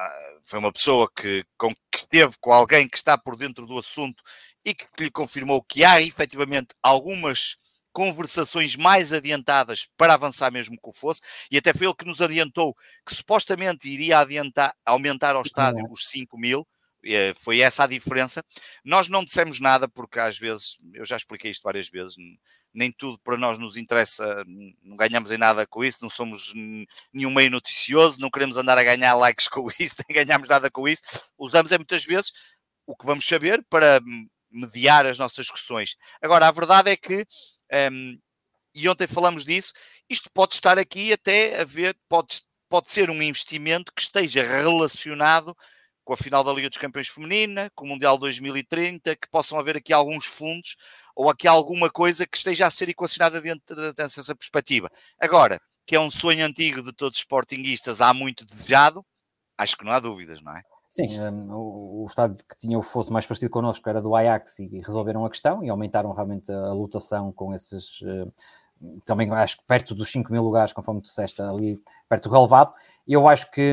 foi uma pessoa que, com, que esteve com alguém que está por dentro do assunto e que, que lhe confirmou que há efetivamente algumas conversações mais adiantadas para avançar mesmo que o fosse, e até foi ele que nos adiantou que supostamente iria adiantar, aumentar ao estádio os cinco mil, foi essa a diferença. Nós não dissemos nada porque às vezes, eu já expliquei isto várias vezes, nem tudo para nós nos interessa, não ganhamos em nada com isso, não somos nenhum meio noticioso, não queremos andar a ganhar likes com isso, nem ganhamos nada com isso, usamos é muitas vezes o que vamos saber para mediar as nossas questões. Agora, a verdade é que Um, e ontem falamos disso, isto pode estar aqui até a ver, pode, pode ser um investimento que esteja relacionado com a final da Liga dos Campeões Feminina, com o Mundial dois mil e trinta, que possam haver aqui alguns fundos ou aqui alguma coisa que esteja a ser equacionada dentro dessa perspectiva. Agora, que é um sonho antigo de todos os sportinguistas, há muito desejado, acho que não há dúvidas, não é? Sim, um, o, o estádio que tinha o fosso mais parecido connosco era do Ajax e, e resolveram a questão e aumentaram realmente a, a lotação com esses, uh, também acho que perto dos cinco mil lugares, conforme tu disseste, ali perto do relevado. Eu acho que,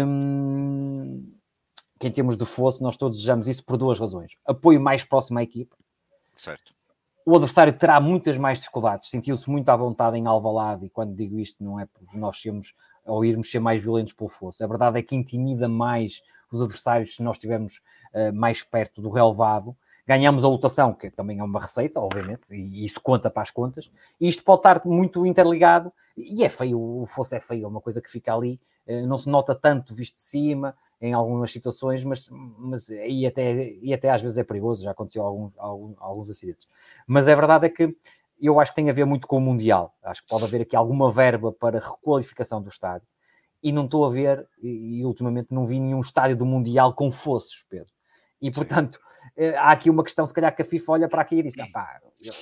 hum, que em termos de fosso nós todos desejamos isso por duas razões. Apoio mais próximo à equipa. Certo. O adversário terá muitas mais dificuldades, sentiu-se muito à vontade em Alvalade, e quando digo isto não é porque nós sermos ou irmos ser mais violentos pelo fosso. A verdade é que intimida mais os adversários se nós estivermos uh, mais perto do relevado. Ganhamos a lotação, que também é uma receita, obviamente, e isso conta para as contas. E isto pode estar muito interligado, e é feio, o fosso é feio, é uma coisa que fica ali, uh, não se nota tanto visto de cima, em algumas situações, mas, mas e, até, e até às vezes é perigoso, já aconteceu alguns, alguns, alguns acidentes. Mas a verdade é que eu acho que tem a ver muito com o Mundial. Acho que pode haver aqui alguma verba para requalificação do estádio. E não estou a ver, e, e ultimamente não vi nenhum estádio do Mundial com fossos, Pedro. E, portanto, há aqui uma questão, se calhar, que a FIFA olha para aqui e diz, ah, pá,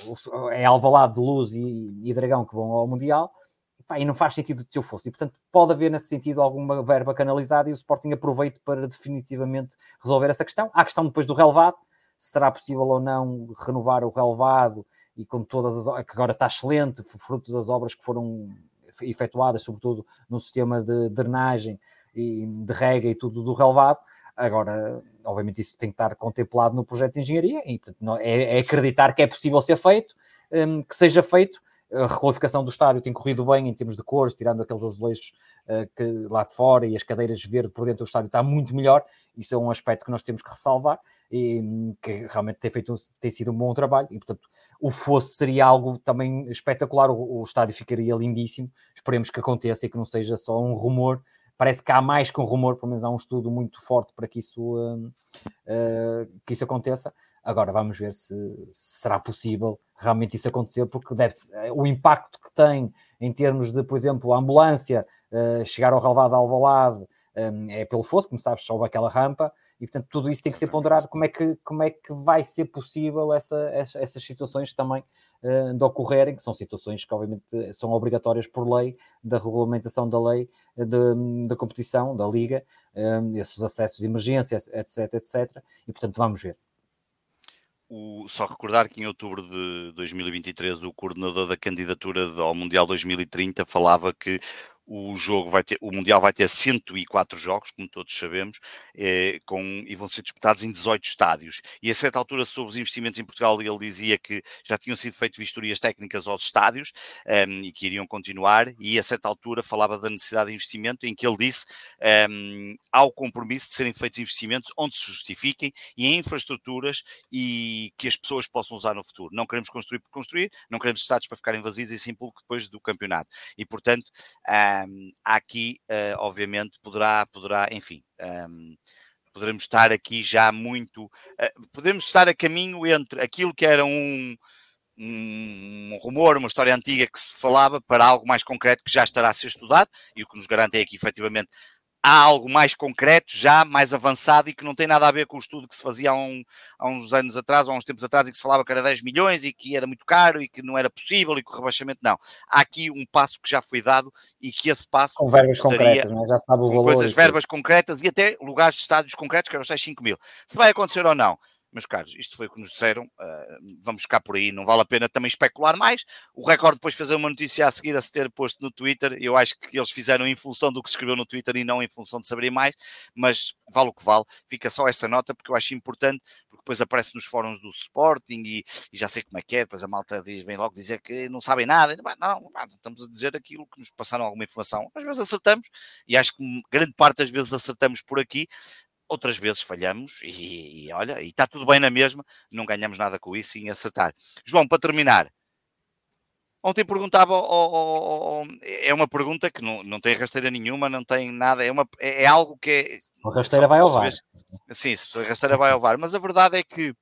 é Alvalade de Luz e, e Dragão que vão ao Mundial, pá, e não faz sentido que eu fosse. E, portanto, pode haver nesse sentido alguma verba canalizada e o Sporting aproveite para definitivamente resolver essa questão. Há a questão depois do relevado, se será possível ou não renovar o relevado e com todas as... que agora está excelente, fruto das obras que foram efetuadas, sobretudo no sistema de drenagem e de rega e tudo do relevado. Agora, obviamente, isso tem que estar contemplado no projeto de engenharia e, portanto, é, é acreditar que é possível ser feito, um, que seja feito. A requalificação do estádio tem corrido bem em termos de cores, tirando aqueles azulejos uh, que, lá de fora e as cadeiras verde por dentro do estádio está muito melhor. Isso é um aspecto que nós temos que ressalvar e que realmente tem, feito, tem sido um bom trabalho e, portanto, o fosso seria algo também espetacular. O, o estádio ficaria lindíssimo. Esperemos que aconteça e que não seja só um rumor. Parece que há mais que um rumor, pelo menos há um estudo muito forte para que isso, uh, uh, que isso aconteça. Agora vamos ver se, se será possível realmente isso acontecer, porque deve, o impacto que tem em termos de, por exemplo, a ambulância uh, chegar ao relevado de Alvalade um, é pelo fosso, como sabes, sobe aquela rampa, e portanto tudo isso tem que ser ponderado, como é que, como é que vai ser possível essa, essa, essas situações também uh, de ocorrerem, que são situações que obviamente são obrigatórias por lei, da regulamentação da lei, da competição, da liga, um, esses acessos de emergência, etc, etcétera. E portanto vamos ver. O, só recordar que em outubro de dois mil e vinte e três o coordenador da candidatura ao Mundial dois mil e trinta falava que o jogo vai ter, o Mundial vai ter cento e quatro jogos, como todos sabemos, eh, com, e vão ser disputados em dezoito estádios. E a certa altura, sobre os investimentos em Portugal, ele dizia que já tinham sido feitas vistorias técnicas aos estádios um, e que iriam continuar, e a certa altura falava da necessidade de investimento, em que ele disse um, há o compromisso de serem feitos investimentos onde se justifiquem e em infraestruturas e que as pessoas possam usar no futuro. Não queremos construir por construir, não queremos estádios para ficarem vazios e sem público depois do campeonato. E, portanto, um, aqui, uh, obviamente, poderá, poderá enfim... Um, poderemos estar aqui já muito... Uh, podemos estar a caminho entre aquilo que era um, um rumor, uma história antiga que se falava, para algo mais concreto que já estará a ser estudado, e o que nos garante é que, efetivamente, há algo mais concreto, já mais avançado e que não tem nada a ver com o estudo que se fazia há, um, há uns anos atrás, ou há uns tempos atrás, e que se falava que era dez milhões e que era muito caro e que não era possível e que o rebaixamento não. Há aqui um passo que já foi dado e que esse passo com verbas estaria concretas, não é? Já sabe o com valor. coisas, verbas concretas e até lugares de estádios concretos, que eram os cinco mil. Se vai acontecer ou não, meus caros, isto foi o que nos disseram, uh, vamos ficar por aí, não vale a pena também especular mais. O Record depois fazer uma notícia a seguir a se ter posto no Twitter, eu acho que eles fizeram em função do que se escreveu no Twitter e não em função de saberem mais, mas vale o que vale, fica só essa nota porque eu acho importante, porque depois aparece nos fóruns do Sporting e, e já sei como é que é, depois a malta diz bem logo, dizer que não sabem nada, não, não, estamos a dizer aquilo que nos passaram alguma informação, às vezes acertamos, e acho que grande parte das vezes acertamos por aqui, outras vezes falhamos e, e olha, e está tudo bem na mesma, não ganhamos nada com isso em acertar. João, para terminar, ontem perguntava, oh, oh, oh, é uma pergunta que não, não tem rasteira nenhuma, não tem nada, é, uma, é, é algo que é... A rasteira vai ao V A R. Sim, se a rasteira vai ao V A R, mas a verdade é que,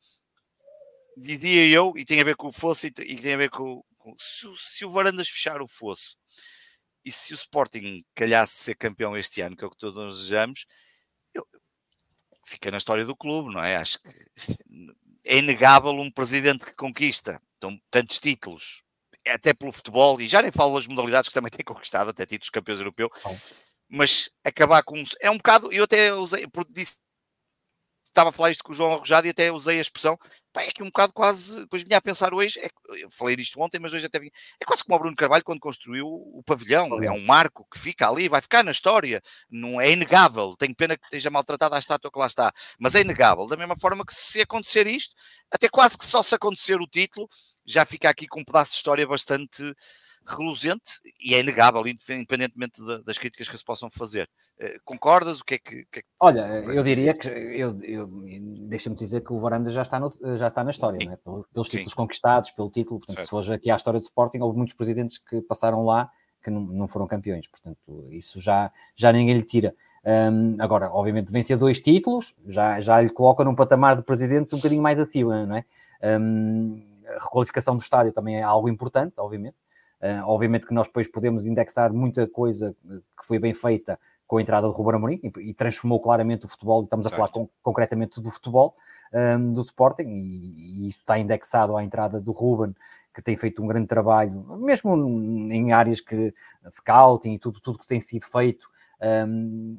dizia eu, e tem a ver com o fosso, e, e tem a ver com, com se, se o Varandas fechar o fosso, e se o Sporting calhasse ser campeão este ano, que é o que todos nós desejamos, eu, fica na história do clube, não é? Acho que é inegável um presidente que conquista então, tantos títulos, até pelo futebol, e já nem falo das modalidades que também tem conquistado, até títulos campeões europeus, mas acabar com... É um bocado, eu até usei, disse, estava a falar isto com o João Arrojado e até usei a expressão, pá, é que um bocado quase, depois vinha a pensar hoje, é, eu falei disto ontem, mas hoje até vinha, é quase como o Bruno Carvalho quando construiu o pavilhão, é um marco que fica ali, vai ficar na história, não é inegável, tenho pena que esteja maltratada a estátua que lá está, mas é inegável, da mesma forma que se acontecer isto, até quase que só se acontecer o título, já fica aqui com um pedaço de história bastante reluzente e é inegável, independentemente das críticas que se possam fazer. Concordas? O que é que... que, é que Olha, eu diria dizer? que, eu, eu, deixa-me dizer que o Varandas já está, no, já está na história, não é? Pelos, pelos títulos conquistados, pelo título, portanto, certo. Se fores aqui à história do Sporting, houve muitos presidentes que passaram lá que não, não foram campeões, portanto, isso já, já ninguém lhe tira. Um, agora, obviamente, vencer dois títulos, já, já lhe coloca num patamar de presidentes um bocadinho mais acima, não é? Um, a requalificação do estádio também é algo importante, obviamente. Uh, obviamente que nós depois podemos indexar muita coisa que foi bem feita com a entrada do Ruben Amorim e, e transformou claramente o futebol, e estamos certo. a falar com, concretamente do futebol, um, do Sporting, e, e isso está indexado à entrada do Ruben, que tem feito um grande trabalho, mesmo em áreas que scouting e tudo, tudo que tem sido feito um,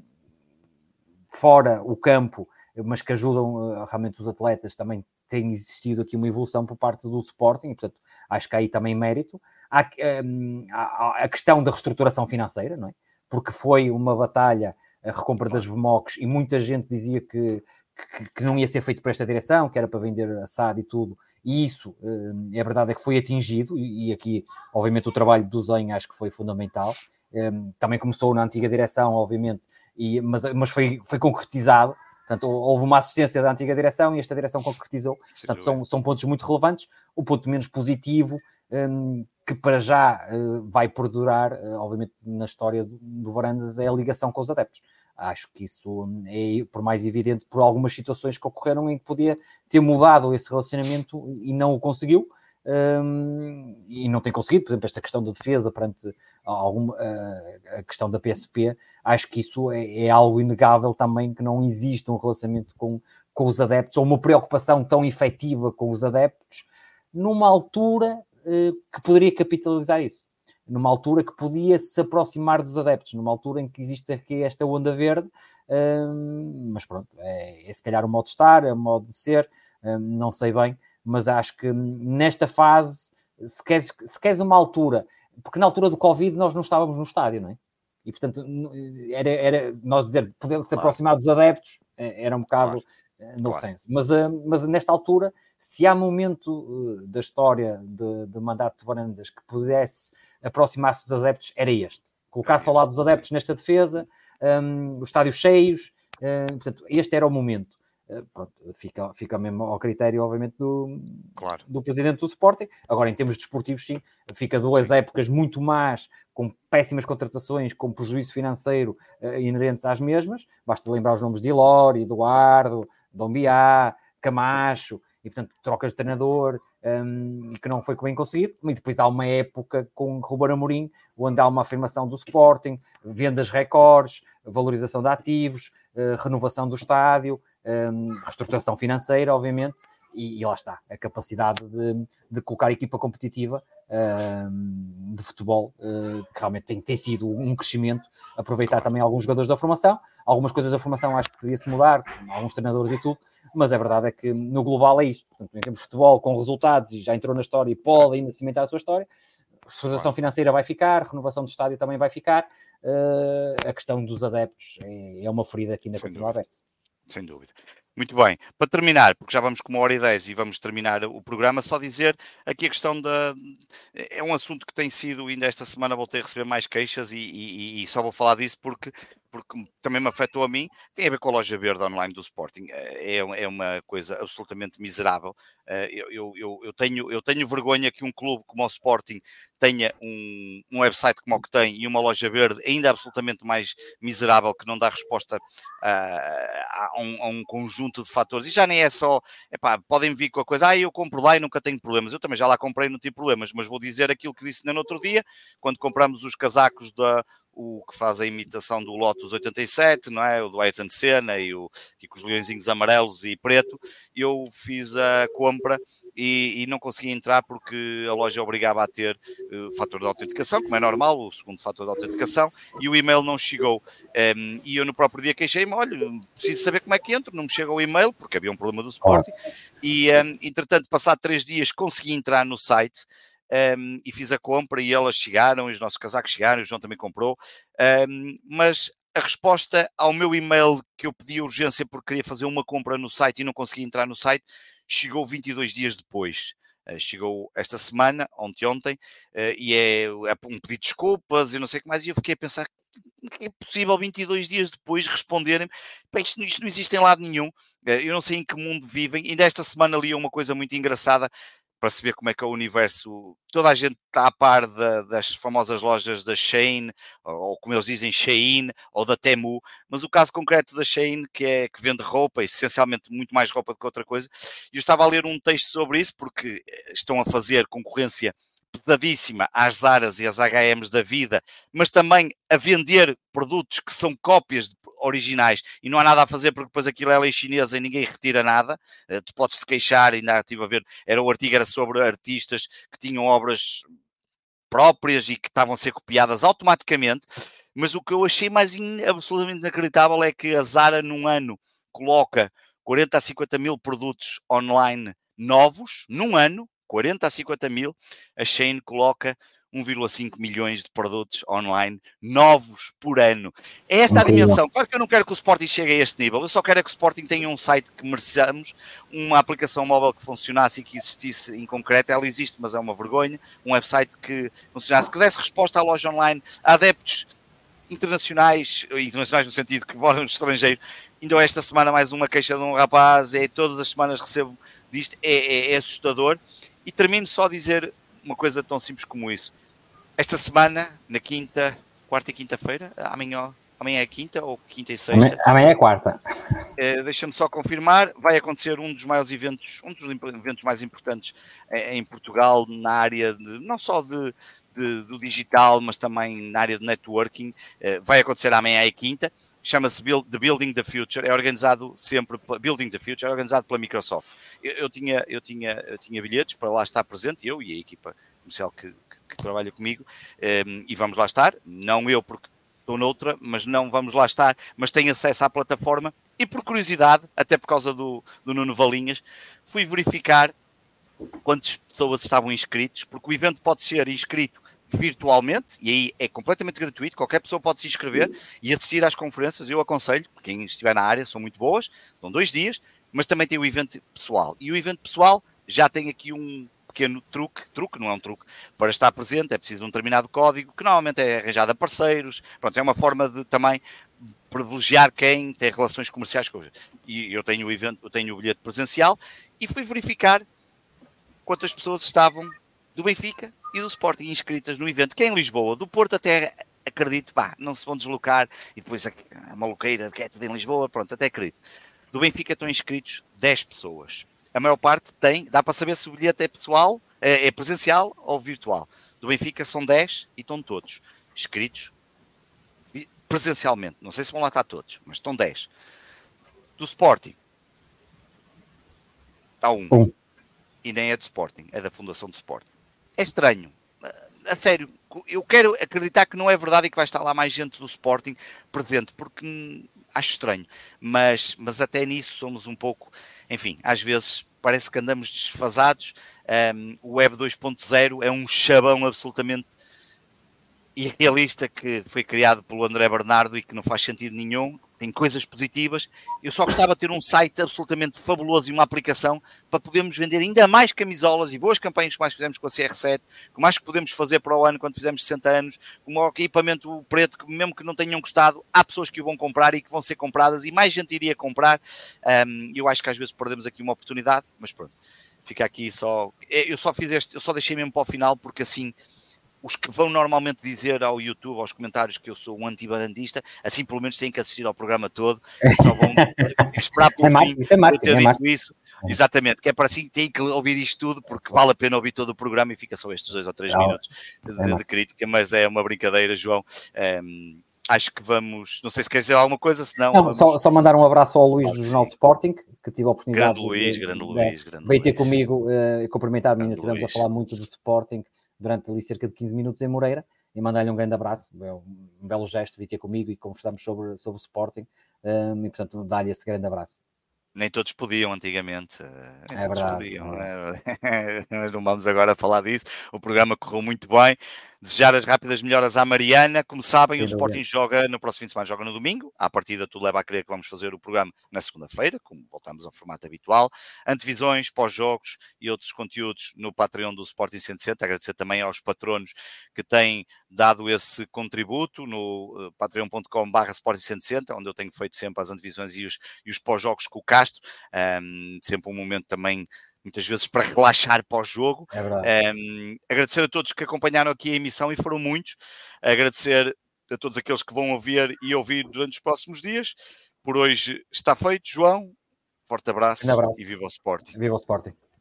fora o campo, mas que ajudam uh, realmente os atletas, também tem existido aqui uma evolução por parte do Sporting, e portanto acho que há aí também mérito. Há, um, há a questão da reestruturação financeira, não é? Porque foi uma batalha, a recompra das V M O Cs, e muita gente dizia que, que, que não ia ser feito por esta direção, que era para vender a S A D e tudo, e isso, é verdade, é que foi atingido, e, e aqui, obviamente, o trabalho do Zen acho que foi fundamental. Um, também começou na antiga direção, obviamente, e, mas, mas foi, foi concretizado. Portanto, houve uma assistência da antiga direção e esta direção concretizou. Portanto, são, são pontos muito relevantes. O ponto menos positivo, um, que para já uh, vai perdurar, uh, obviamente, na história do, do Varandas, é a ligação com os adeptos. Acho que isso é por mais evidente por algumas situações que ocorreram em que podia ter mudado esse relacionamento e não o conseguiu. Um, e não tem conseguido, por exemplo, esta questão da defesa perante alguma, uh, a questão da P S P, acho que isso é, é algo inegável também, que não existe um relacionamento com, com os adeptos, ou uma preocupação tão efetiva com os adeptos, numa altura uh, que poderia capitalizar isso, numa altura que podia se aproximar dos adeptos, numa altura em que existe aqui esta onda verde, um, mas pronto, é, é se calhar o modo de estar, é o modo de ser, um, não sei bem, mas acho que nesta fase, se queres, se queres uma altura, porque na altura do Covid nós não estávamos no estádio, não é? E portanto, era, era nós dizer, poder se claro. aproximar dos adeptos, era um bocado claro. no claro. sense. Mas, mas nesta altura, se há momento da história de, de mandato de Varandas que pudesse aproximar-se dos adeptos, era este. Colocar-se ao lado dos adeptos nesta defesa, um, os estádios cheios, um, portanto, este era o momento. Pronto, fica, fica mesmo ao critério, obviamente, do, claro. do presidente do Sporting. Agora, em termos desportivos, sim, fica duas sim. épocas muito más, com péssimas contratações, com prejuízo financeiro uh, inerentes às mesmas. Basta lembrar os nomes de Ilori, Eduardo, Dombiá, Camacho, e, portanto, trocas de treinador, um, que não foi bem conseguido. E depois há uma época com Ruben Amorim, onde há uma afirmação do Sporting, vendas recordes, valorização de ativos, uh, renovação do estádio, um, reestruturação financeira, obviamente, e, e lá está, a capacidade de, de colocar a equipa competitiva uh, de futebol, uh, que realmente tem, tem sido um crescimento, aproveitar também alguns jogadores da formação, algumas coisas da formação acho que devia-se mudar, alguns treinadores e tudo, mas a verdade é que no global é isso. Portanto, em termos de futebol, com resultados, e já entrou na história e pode ainda cimentar a sua história, a reestruturação financeira vai ficar, renovação do estádio também vai ficar, uh, a questão dos adeptos é, é uma ferida que ainda Sem continua dúvida. aberta. Sem dúvida. Muito bem. Para terminar, porque já vamos com uma hora e dez e vamos terminar o programa, só dizer aqui a questão da... É um assunto que tem sido, ainda esta semana voltei a receber mais queixas e, e, e só vou falar disso porque, porque também me afetou a mim. Tem a ver com a loja verde online do Sporting. É, é uma coisa absolutamente miserável. Eu, eu, eu, eu, tenho, eu tenho vergonha que um clube como o Sporting tenha um, um website como o que tem e uma loja verde ainda absolutamente mais miserável, que não dá resposta a, a, um, a um conjunto de fatores. E já nem é só, epá, podem vir com a coisa, ah, eu compro lá e nunca tenho problemas. Eu também já lá comprei e não tive problemas, mas vou dizer aquilo que disse no outro dia, quando compramos os casacos da... o que faz a imitação do Lotus oitenta e sete, não é? O do Ayrton Senna e, o, e com os leõezinhos amarelos e preto, eu fiz a compra e, e não consegui entrar porque a loja obrigava a ter o uh, fator de autenticação, como é normal, o segundo fator de autenticação, e o e-mail não chegou. Um, e eu no próprio dia queixei-me, olha, preciso saber como é que entro, não me chega o e-mail, porque havia um problema do Sporting, e um, entretanto, passado três dias, consegui entrar no site, Um, e fiz a compra e elas chegaram, e os nossos casacos chegaram, e o João também comprou, um, mas a resposta ao meu e-mail que eu pedi urgência porque queria fazer uma compra no site e não consegui entrar no site, chegou vinte e dois dias depois. Uh, chegou esta semana, ontem, ontem, uh, e é, é um pedido de desculpas e não sei o que mais, e eu fiquei a pensar, que é possível vinte e dois dias depois responderem, isto, isto não existe em lado nenhum, uh, eu não sei em que mundo vivem. Ainda esta semana li uma coisa muito engraçada, para se ver como é que é o universo, toda a gente está a par da, das famosas lojas da Shein, ou, ou como eles dizem, Shein, ou da Temu, mas o caso concreto da Shein, que, é, que vende roupa, essencialmente muito mais roupa do que outra coisa, eu estava a ler um texto sobre isso, porque estão a fazer concorrência pesadíssima às Zaras e às H e Ms da vida, mas também a vender produtos que são cópias de originais e não há nada a fazer porque depois aquilo é lei chinesa e ninguém retira nada. Uh, tu podes te queixar, ainda estive a ver, era o artigo era sobre artistas que tinham obras próprias e que estavam a ser copiadas automaticamente, mas o que eu achei mais in, absolutamente inacreditável é que a Zara num ano coloca quarenta a cinquenta mil produtos online novos, num ano, quarenta a cinquenta mil, a Shein coloca um vírgula cinco milhões de produtos online novos por ano. É esta a dimensão. Claro que eu não quero que o Sporting chegue a este nível, eu só quero é que o Sporting tenha um site que mereçamos, uma aplicação móvel que funcionasse e que existisse em concreto. Ela existe, mas é uma vergonha. Um website que funcionasse, que desse resposta à loja online, a adeptos internacionais, internacionais no sentido que moram no estrangeiro. Ainda esta semana mais uma queixa de um rapaz, é, todas as semanas recebo disto, é, é, é assustador. E termino só a dizer uma coisa tão simples como isso. Esta semana, na quinta, quarta e quinta-feira, amanhã, amanhã é quinta ou quinta e sexta? Amanhã é quarta. Uh, Deixa-me só confirmar, vai acontecer um dos maiores eventos, um dos eventos mais importantes em, em Portugal, na área de, não só de, de, do digital, mas também na área de networking. Uh, vai acontecer amanhã e quinta. Chama-se Build, The Building the Future, é organizado sempre, Building the Future, é organizado pela Microsoft. Eu, eu, tinha, eu, tinha, eu tinha bilhetes para lá estar presente, eu e a equipa comercial que, que, que trabalha comigo, um, e vamos lá estar, não eu porque estou noutra, mas não vamos lá estar, mas tenho acesso à plataforma, e por curiosidade, até por causa do, do Nuno Valinhas, fui verificar quantas pessoas estavam inscritos, porque o evento pode ser inscrito virtualmente, e aí é completamente gratuito, qualquer pessoa pode se inscrever e assistir às conferências. Eu aconselho, quem estiver na área, são muito boas, são dois dias, mas também tem o evento pessoal, e o evento pessoal já tem aqui um pequeno truque, truque não é um truque, para estar presente é preciso um determinado código, que normalmente é arranjado a parceiros, pronto, é uma forma de também privilegiar quem tem relações comerciais com. E eu tenho o evento, eu tenho o bilhete presencial, e fui verificar quantas pessoas estavam do Benfica e do Sporting inscritas no evento, que é em Lisboa. Do Porto até acredito, pá, não se vão deslocar, e depois a, a maluqueira que é tudo em Lisboa, pronto, até acredito. Do Benfica estão inscritos dez pessoas. A maior parte tem, dá para saber se o bilhete é pessoal, é, é presencial ou virtual. Do Benfica são dez e estão todos inscritos presencialmente. Não sei se vão lá estar todos, mas estão dez. Do Sporting está um. um. E nem é do Sporting, é da Fundação do Sporting. É estranho. A sério, eu quero acreditar que não é verdade e que vai estar lá mais gente do Sporting presente, porque acho estranho. Mas, mas até nisso somos um pouco, enfim, às vezes parece que andamos desfasados. Um, o Web dois ponto zero é um chabão absolutamente irrealista que foi criado pelo André Bernardo e que não faz sentido nenhum. Tem coisas positivas. Eu só gostava de ter um site absolutamente fabuloso e uma aplicação para podermos vender ainda mais camisolas e boas campanhas que mais fizemos com a C R sete, que mais que podemos fazer para o ano quando fizemos sessenta anos, com o equipamento preto, que mesmo que não tenham gostado, há pessoas que o vão comprar e que vão ser compradas e mais gente iria comprar. Um, eu acho que às vezes perdemos aqui uma oportunidade, mas pronto, fica aqui só... Eu só fiz este, eu só deixei mesmo para o final porque assim... Os que vão normalmente dizer ao YouTube, aos comentários, que eu sou um anti-bandista, assim pelo menos têm que assistir ao programa todo e só vão esperar pelo é fim isso é marketing, eu ter é dito isso. Exatamente, que é para assim que têm que ouvir isto tudo, porque vale a pena ouvir todo o programa e fica só estes dois ou três não, minutos de, de, de crítica, mas é uma brincadeira, João. Um, acho que vamos, não sei se queres dizer alguma coisa, senão não, vamos... só, só mandar um abraço ao Luís claro do que Jornal sim. Sporting, que tive a oportunidade grande Luís, de, grande de, Luís, de, grande veio ter Luís. comigo uh, e cumprimentar-me, ainda estivemos Luís. a falar muito do Sporting durante ali cerca de quinze minutos em Moreira, e mandar-lhe um grande abraço, é um belo gesto vir ter comigo e conversarmos sobre, sobre o Sporting, um, e portanto dar-lhe esse grande abraço. Nem todos podiam antigamente, nem é todos verdade, podiam, é. Nós não vamos agora falar disso, o programa correu muito bem. Desejar as rápidas melhoras à Mariana. Como sabem, Sem o Sporting dúvida. joga no próximo fim de semana, joga no domingo. À partida, tudo leva a crer que vamos fazer o programa na segunda-feira, como voltamos ao formato habitual. Antevisões, pós-jogos e outros conteúdos no Patreon do Sporting cento e sessenta. Agradecer também aos patronos que têm dado esse contributo no uh, patreon ponto com barra Sporting cento e sessenta, onde eu tenho feito sempre as antevisões e os, e os pós-jogos com o Castro. Um, sempre um momento também muitas vezes para relaxar pós-jogo. É um, agradecer a todos que acompanharam aqui a emissão e foram muitos. Agradecer a todos aqueles que vão ouvir e ouvir durante os próximos dias. Por hoje está feito, João. Forte abraço, Um abraço. E viva o Sporting. Viva o Sporting.